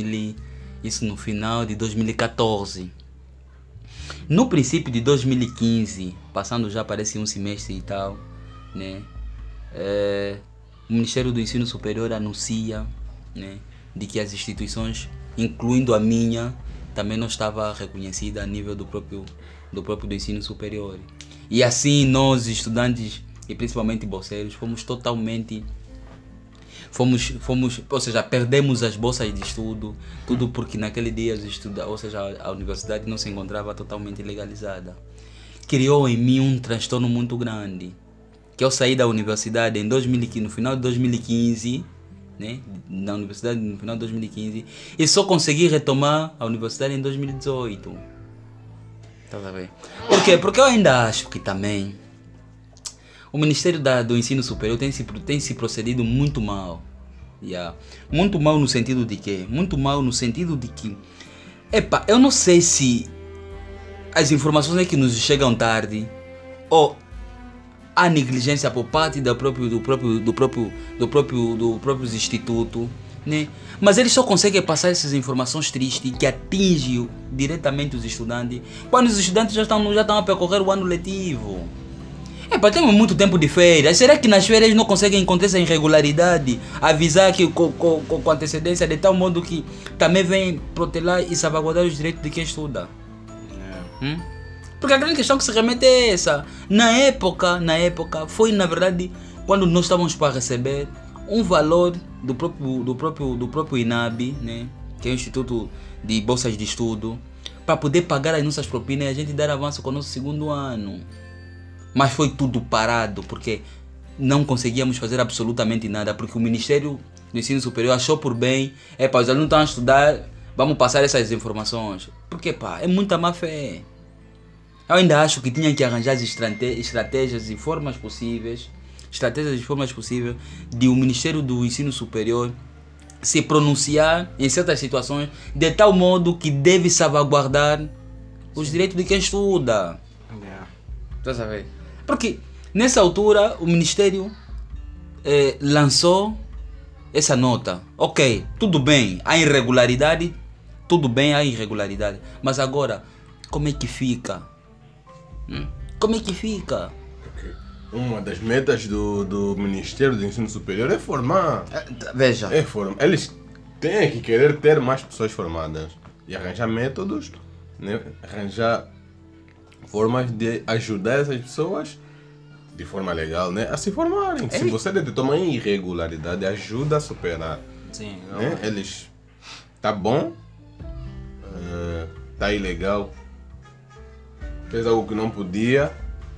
no final de 2014. No princípio de 2015, passando já parece um semestre e tal, né? O Ministério do Ensino Superior anuncia, né, de que as instituições, incluindo a minha, também não estava reconhecida a nível do próprio do ensino superior. E assim nós, estudantes e principalmente bolseiros, ou seja, perdemos as bolsas de estudo, tudo porque naquele dia a universidade não se encontrava totalmente legalizada. Criou em mim um transtorno muito grande. Que eu saí da universidade no final de 2015, né? Na universidade no final de 2015, e só consegui retomar a universidade em 2018. Tá a ver? Por quê? Porque eu ainda acho que também o Ministério do Ensino Superior tem se procedido muito mal. Muito mal no sentido de quê? Muito mal no sentido de que, eu não sei se as informações é que nos chegam tarde ou há negligência por parte do próprio instituto, né? Mas eles só conseguem passar essas informações tristes que atingem diretamente os estudantes quando os estudantes já estão a percorrer o ano letivo. Temos muito tempo de férias. Será que nas férias não conseguem encontrar essa irregularidade? Avisar que com antecedência, de tal modo que também vem protelar e salvaguardar os direitos de quem estuda. Porque a grande questão que se remete é essa. Na época, foi na verdade quando nós estávamos para receber um valor do próprio INAB, né, que é o Instituto de Bolsas de Estudo, para poder pagar as nossas propinas e a gente dar avanço com o nosso segundo ano. Mas foi tudo parado, porque não conseguíamos fazer absolutamente nada, porque o Ministério do Ensino Superior achou por bem, os alunos estão a estudar, vamos passar essas informações. Porque é muita má fé. Eu ainda acho que tinham que arranjar as estratégias e formas possíveis de o Ministério do Ensino Superior se pronunciar em certas situações de tal modo que deve salvaguardar os direitos de quem estuda. Tá sabendo? Porque nessa altura o Ministério lançou essa nota. Ok, tudo bem, há irregularidade, mas agora como é que fica? Como é que fica? Uma das metas do Ministério do Ensino Superior é formar. Veja. Eles tem que querer ter mais pessoas formadas e arranjar métodos, né? Arranjar formas de ajudar essas pessoas de forma legal, né? A se formarem. Se você detectou uma irregularidade, ajuda a superar. Sim, Né? Eles, tá bom, tá ilegal, fez algo que não podia.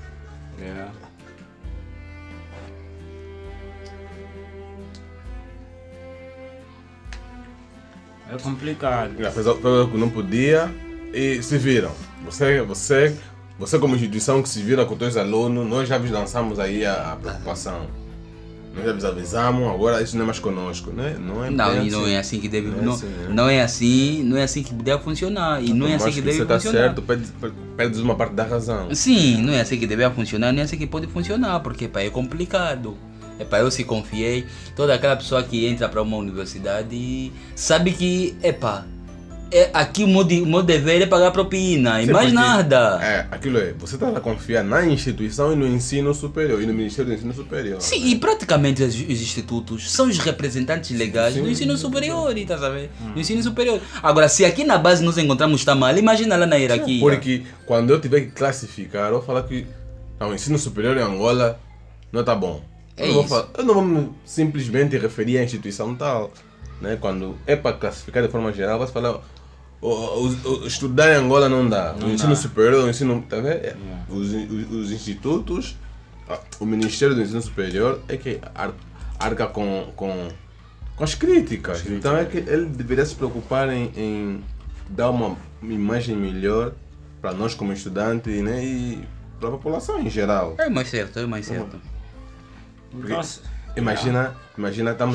É complicado. Fez algo que não podia e se viram. Você como instituição que se vira com os teus alunos, nós já vos lançamos aí a preocupação. Nós já vos avisamos, agora isso não é mais conosco, né? Não é Não, bem e não é assim que deve. Não é assim, né? Não é assim que deve funcionar. E não é Por assim mais que deve você tá funcionar. certo, perdes uma parte da razão. Sim, não é assim que deve funcionar, não é assim que pode funcionar, porque pá, é complicado. Eu se confiei, toda aquela pessoa que entra para uma universidade sabe que, aqui o meu dever é pagar propina e Sim, mais porque, nada. Aquilo é, você está a confiar na instituição e no ensino superior, e no Ministério do Ensino Superior. Sim, né? e praticamente os institutos são os representantes legais Sim, do ensino superior, tá sabendo? Do ensino superior. Agora, se aqui na base nos encontramos tá mal, imagina lá na hierarquia. Porque quando eu tiver que classificar, eu vou falar que o ensino superior em Angola não está bom. Eu não vou me simplesmente referir à instituição tal. Né? Quando é para classificar de forma geral, você fala estudar em Angola não dá. O ensino superior, o ensino. Tá vendo? Os institutos, o Ministério do Ensino Superior é que arca com as críticas. Então é que ele deveria se preocupar em dar uma imagem melhor para nós como estudantes, né? E para a população em geral. É mais certo. Porque, Nossa. imagina, estamos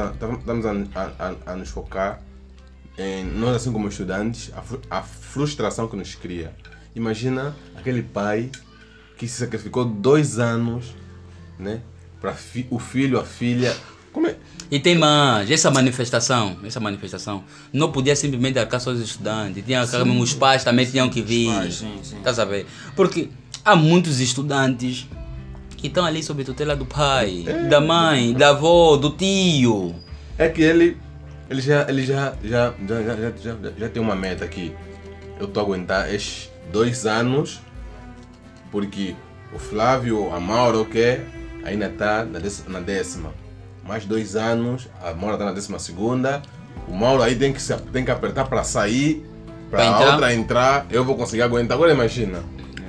a nos focar em nós, assim como estudantes, a frustração que nos cria. Imagina aquele pai que se sacrificou 2 anos, né, para o filho, a filha. Como é? E tem mais, essa manifestação, não podia simplesmente arcar só os estudantes, os pais também tinham que vir, Sim. tá sabendo? Porque há muitos estudantes que estão ali sob tutela do pai, da mãe, da avó, do tio. É que ele já tem uma meta aqui. Eu estou a aguentar estes 2 anos porque o Flávio, a Maura, ainda está na 10ª. Mais 2 anos, a Maura está na 12ª. O Mauro aí tem que apertar para sair, para a outra entrar. Eu vou conseguir aguentar. Agora imagina.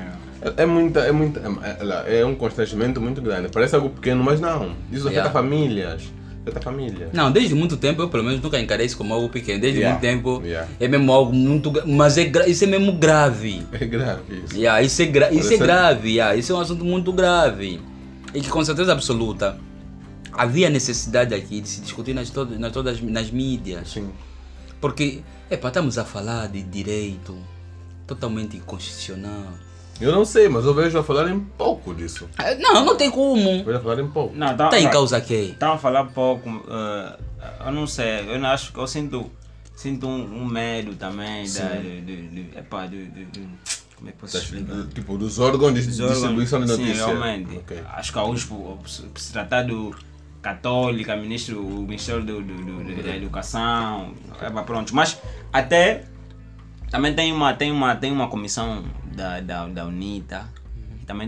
É um constrangimento muito grande. Parece algo pequeno, mas não. Isso afeta famílias. Não, desde muito tempo eu pelo menos nunca encarei isso como algo pequeno. Desde muito tempo é mesmo algo muito mas isso é mesmo grave. É grave isso. Isso é grave. Isso é um assunto muito grave. E que com certeza absoluta havia necessidade aqui de se discutir nas mídias. Sim. Porque estamos a falar de direito totalmente inconstitucional. Eu não sei, mas eu vejo a falar em pouco disso. Não tem como. Eu vejo a falar em pouco. Não, Tá em causa quê? Estão a falar pouco, eu não sei, eu acho que eu sinto um medo também como é que posso explicar? Tipo, dos órgãos de distribuição de notícias. Sim, realmente. Okay. Acho que a USP, se tratar do Católica, o Ministério da Educação, pronto. Mas até também tem uma comissão da UNITA que também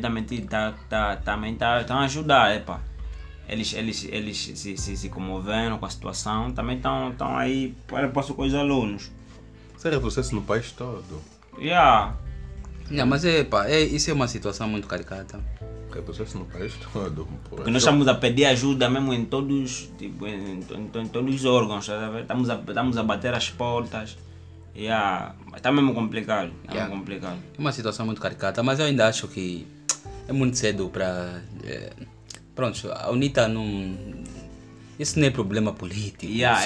tá a ajudar, Eles se comoveram com a situação, também estão aí para com os alunos. Isso é retrocesso no país todo. Não, mas isso é uma situação muito caricata. Retrocesso no país todo. Porque nós estamos a pedir ajuda mesmo em todos, em todos os órgãos, tá vendo? Estamos a bater as portas. Está mesmo complicado. É uma situação muito caricata, mas eu ainda acho que é muito cedo para. Pronto, a UNITA não. Isso não é problema político.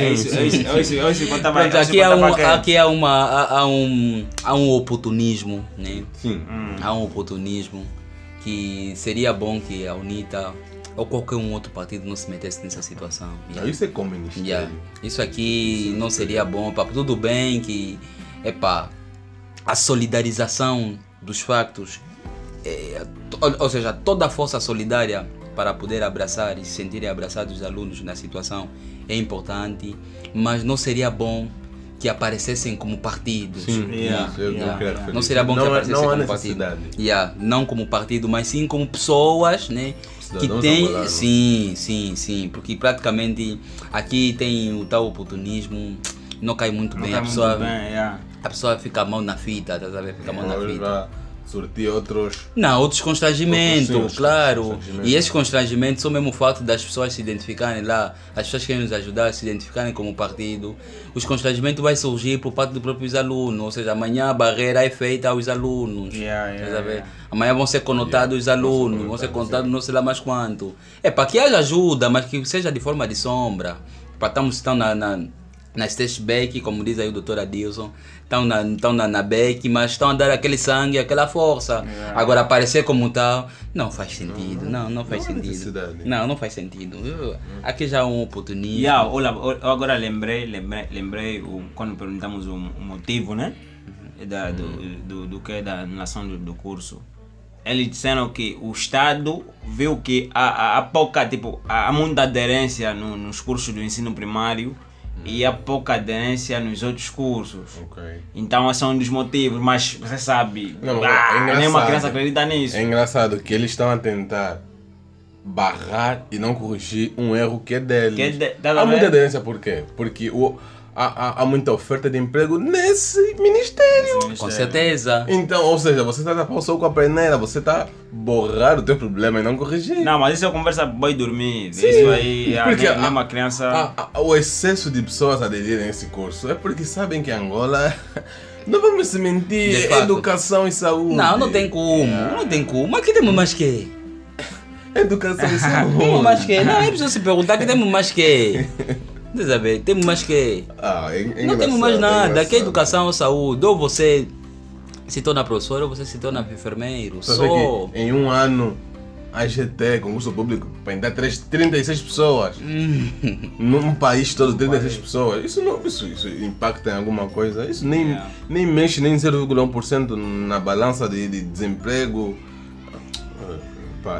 Aqui há um oportunismo, né? Sim. Há um oportunismo que seria bom que a UNITA ou qualquer outro partido não se metesse nessa situação. Isso é como ministério. Isso aqui não seria bom. Tudo bem que a solidarização dos factos, ou seja, toda a força solidária para poder abraçar e se sentirem abraçados os alunos na situação é importante, mas não seria bom que aparecessem como partidos. Sim, Yeah, isso eu yeah, quero yeah. referir. Não seria bom que Não há aparecessem como partido. necessidade. Não como partido, mas sim como pessoas, né? Que Cidadãos tem, angolanos. sim, porque praticamente aqui tem o tal oportunismo, não cai muito bem, Tá a pessoa, muito bem, yeah. a pessoa fica a mão na fita, tá sabendo? Fica a mão na Agora fita. já surtir outros. Não, outros constrangimentos, Outros, sim, claro. constrangimentos. E esses constrangimentos são mesmo o fato das pessoas se identificarem lá, as pessoas que querem nos ajudar a se identificarem como partido. Os constrangimentos vão surgir por parte dos próprios alunos, ou seja, amanhã a barreira é feita aos alunos. Tá sabendo? Amanhã vão ser conotados os alunos, vão ser conotados não sei lá mais quanto. É para que haja ajuda, mas que seja de forma de sombra. Para estão na stage back, como diz aí o Dr. Adilson, estão na back, mas estão a dar aquele sangue, aquela força. Agora aparecer como tal, não faz sentido, não faz Não há sentido. necessidade. Não faz sentido. Aqui já é um oportunismo. Yeah, olha, eu agora lembrei quando perguntamos o motivo, né? Do que é da anulação do curso. Eles disseram que o Estado viu que há pouca, tipo, há muita aderência nos cursos do ensino primário e há pouca aderência nos outros cursos. Ok. Então esse é um dos motivos, mas você sabe, Não, é engraçado. nenhuma criança acredita nisso. É engraçado que eles estão a tentar barrar e não corrigir um erro que é deles. Tá Há a muita ver? aderência por quê? Porque há muita oferta de emprego nesse ministério. Com certeza. Então, ou seja, você está a tapar o sol com a peneira, você está a borrar o teu problema e não corrigir. Não, mas isso é conversa boa e dormir. Isso aí, porque nem uma criança... O excesso de pessoas aderirem a esse curso é porque sabem que Angola, não vamos se mentir, De fato. educação e saúde. Não tem como, não tem como. Aqui temos mais que. Educação e saúde. Temos mais que. Não, é preciso se perguntar que temos mais que. Você sabe, temos mais que. Não temos mais nada. Que é educação ou saúde. Ou você se torna professor ou você se torna enfermeiro. Só Só. que em um ano, a GT, concurso público, para entrar 36 pessoas. Num país todo, 36 pessoas. Isso impacta em alguma coisa? Isso nem mexe nem 0,1% na balança de desemprego. Pá,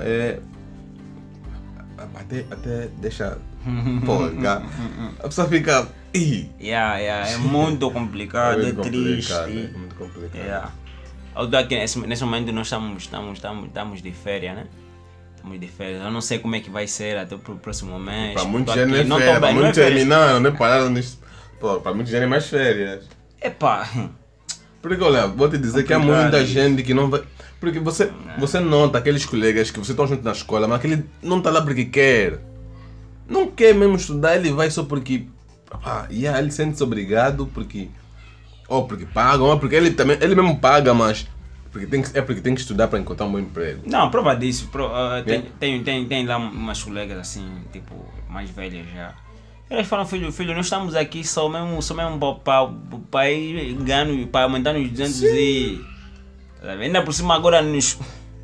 até deixa polgar. A pessoa fica. Ih, É muito complicado, é triste. É muito complicado. Yeah. Eu tô aqui, nesse momento nós estamos de férias, né? Estamos de férias. Eu não sei como é que vai ser até pro próximo mês. Para muitos Tô já não é aqui, tô férias, para bem, não é muitos férias. terminaram, nem pararam nisso. Pô, para muitos já nem mais férias. Epá, Porque olha, vou te dizer que há Complicado muita isso. gente que não vai. Porque você nota aqueles colegas que você está junto na escola, mas aquele não está lá porque quer. Não quer mesmo estudar, ele vai só porque. Ele sente-se obrigado porque. Ou porque pagam, ou porque ele mesmo paga, mas. Porque tem que estudar para encontrar um bom emprego. não, prova disso. Tem lá umas colegas assim, tipo, mais velhas já. Eles falam, filho, nós estamos aqui só mesmo para ir ganhando, para aumentar nos 200 e... Ainda por cima agora nos...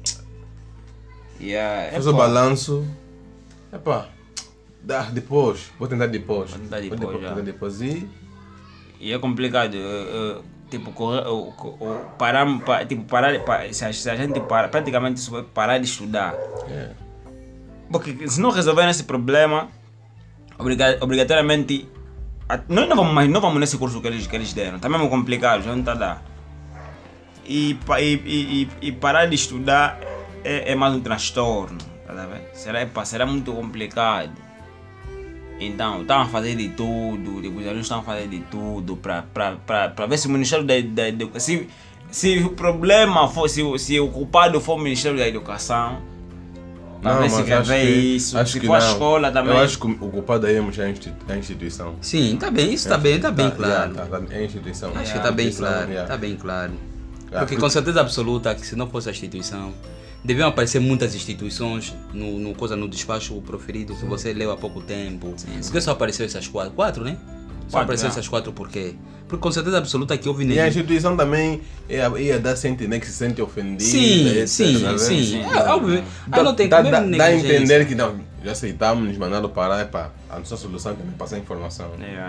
Faz o balanço. Epá, dá depois. Vou tentar depois. Vou tentar depois, já. tentar depois e. E é complicado, tipo, parar, se a gente praticamente parar de estudar. Porque se não resolver esse problema, obrigatoriamente, nós não vamos nesse curso que eles deram, está mesmo complicado, já não está a dar. E parar de estudar é mais um transtorno, tá vendo? Será muito complicado. Então, estão a fazer de tudo, os alunos estão a fazer de tudo para ver se o Ministério da Educação, se o problema for, se o culpado for o Ministério da Educação, para ver se rever isso, se for a escola também. Eu acho que o culpado aí é a instituição. Sim, tá bem, isso tá bem claro. É a instituição. Acho que tá bem claro, Yeah. tá bem claro. Porque com certeza absoluta que se não fosse a instituição, deviam aparecer muitas instituições no despacho proferido que você leu há pouco tempo. Porque só apareceu essas quatro, né? Só apareceu essas quatro por quê? Porque com certeza absoluta que houve E a instituição também ia dar a entender que se sente ofendida. Sim. É óbvio. Não tem como Dá a negligência. entender que não, já aceitamos, nos mandaram parar, a nossa solução também é passar informação.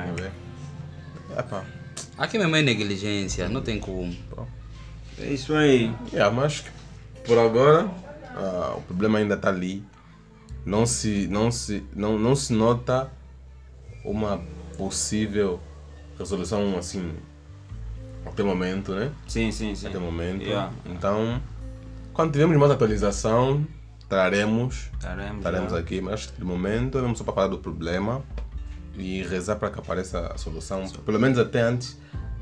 Aqui mesmo é negligência, não tem como. É isso aí. Mas por agora o problema ainda está ali. não se nota uma possível resolução assim até o momento, né? Sim. Até o momento. Yeah. Então, quando tivermos mais atualização, traremos yeah. aqui, mas acho que de momento é mesmo só para falar do problema e rezar para que apareça a solução, pelo menos até antes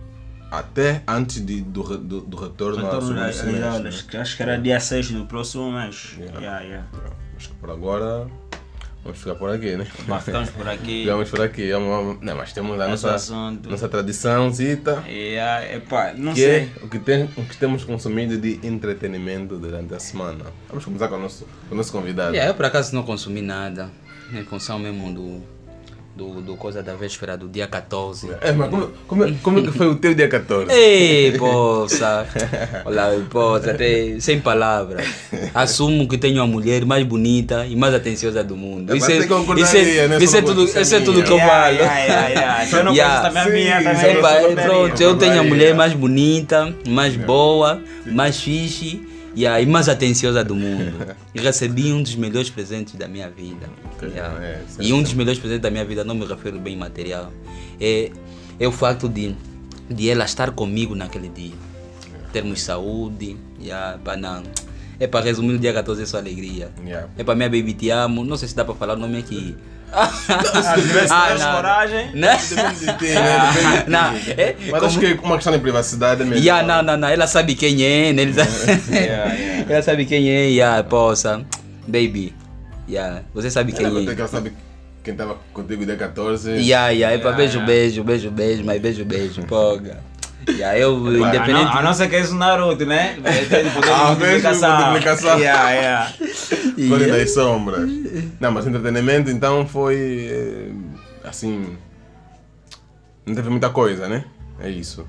do retorno ao segundo semestre. Acho que era dia 6 do próximo mês. Yeah. Acho que por agora vamos ficar por aqui, né? Ficamos por aqui. Vamos por aqui. Não, mas temos a nossa tradiçãozita. Não que sei. É o que temos consumido de entretenimento durante a semana. Vamos começar com o nosso convidado. Eu por acaso não consumi nada. Em função mesmo do coisa da véspera do dia 14. Mas como é que foi o teu dia 14? Ei, poça! Olha, poça, até sem palavras. Assumo que tenho a mulher mais bonita e mais atenciosa do mundo. Isso é tudo que eu falo. Se eu não gosto também a minha também. Pronto, eu tenho a mulher mais bonita, mais boa, mais fixe. E mais atenciosa do mundo. E recebi um dos melhores presentes da minha vida. E um dos melhores presentes da minha vida, não me refiro bem material, é o facto de ela estar comigo naquele dia. Termos saúde. É para resumir o dia 14 é só alegria. É para minha baby, te amo. Não sei se dá para falar o nome aqui. Se tivesse coragem. Depende de ti, né? Mas acho que é uma questão de privacidade mesmo. Não. Ela sabe quem é. Né? Ela sabe quem é. Poça. Baby. Você sabe quem é. Ela sabe quem estava contigo dia 14. É para beijo, mas beijo. Poga. Independente. A não ser que é isso Naruto, né? Tem poder de multiplicação. Cores das sombras. Não, mas entretenimento então foi assim. Não teve muita coisa, né? É isso.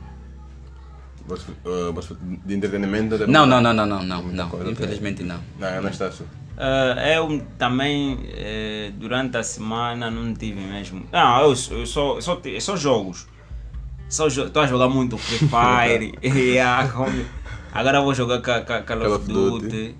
De entretenimento. Não. Infelizmente não. Não estás. Eu também durante a semana não tive mesmo. Não, eu só jogos. Estou a jogar muito Free Fire. Agora vou jogar Call of Duty.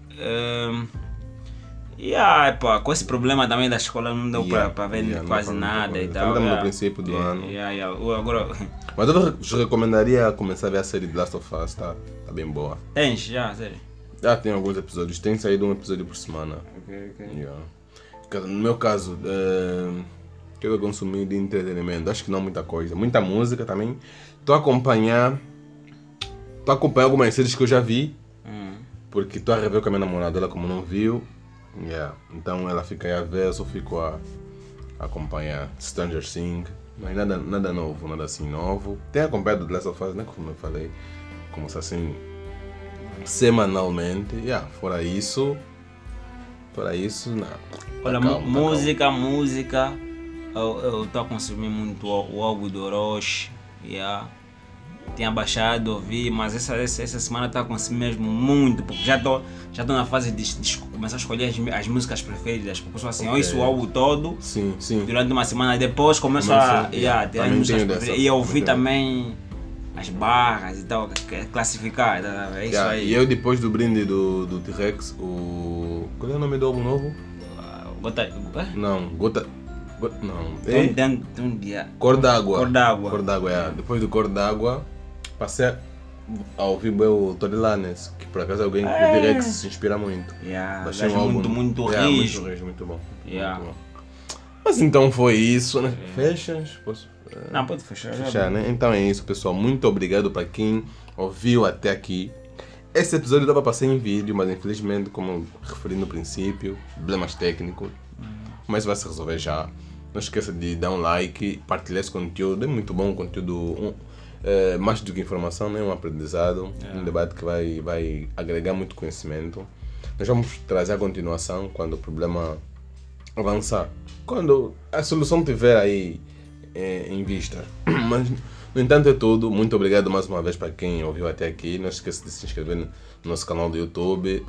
Com esse problema também da escola não deu para ver quase nada e tal. Estamos no princípio do ano. Agora... Mas eu te recomendaria começar a ver a série de Last of Us, tá bem boa. Tens já, sério? Já tem alguns episódios, tem saído um episódio por semana. No meu caso, o que eu consumi de entretenimento? Acho que não muita coisa. Muita música também. Estou a acompanhar algumas séries que eu já vi. Porque estou a rever com a minha namorada, ela como não viu. Então ela fica aí a ver, eu só fico a acompanhar Stranger Things. Mas nada novo, nada assim novo. Tem acompanhado The Last of Us, né? Como eu falei. Como se assim, semanalmente. Fora isso, não. Olha, música. Eu estou a consumir muito o álbum do Orochi. Tinha baixado, ouvi, mas essa semana estou a consumir mesmo muito, porque já estou na fase de começar a escolher as músicas preferidas, porque eu sou assim, ouço o álbum todo sim. durante uma semana, depois começo a ter as músicas preferidas e ouvir também as barras e tal, classificar, é isso aí. E eu depois do brinde do T-Rex, qual é o nome do álbum novo? Cor d'Água. Depois do Cor d'Água, passei a ouvir o Torilanes, que por acaso é alguém que o T-Rex se inspira muito. Baixei um álbum muito rijo. Muito bom. Mas então foi isso, né? Fechas? Não, pode fechar, né? Então é isso, pessoal. Muito obrigado para quem ouviu até aqui. Esse episódio dava para ser em vídeo, mas infelizmente, como referi no princípio, problemas técnicos. Mas vai se resolver já. Não esqueça de dar um like, partilhar esse conteúdo. É muito bom o conteúdo, mais do que informação, né? Um aprendizado, um debate que vai agregar muito conhecimento. Nós vamos trazer a continuação quando o problema avançar. Quando a solução estiver aí em vista. Mas, no entanto, é tudo. Muito obrigado mais uma vez para quem ouviu até aqui. Não esqueça de se inscrever no nosso canal do YouTube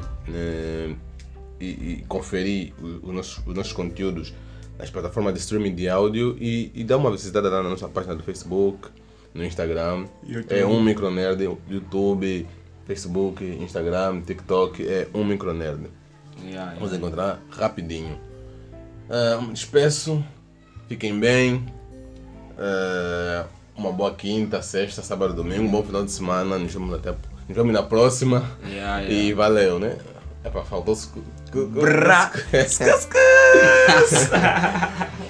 e conferir os nossos conteúdos nas plataformas de streaming de áudio e dar uma visitada lá na nossa página do Facebook, no Instagram. YouTube. É Micronerd, YouTube, Facebook, Instagram, TikTok, é Micronerd. Vamos encontrar rapidinho. Me despeço. Fiquem bem. Uma boa quinta, sexta, sábado, domingo. Um bom final de semana. Nos vemos na próxima. E valeu, né? Faltou-se... Brá!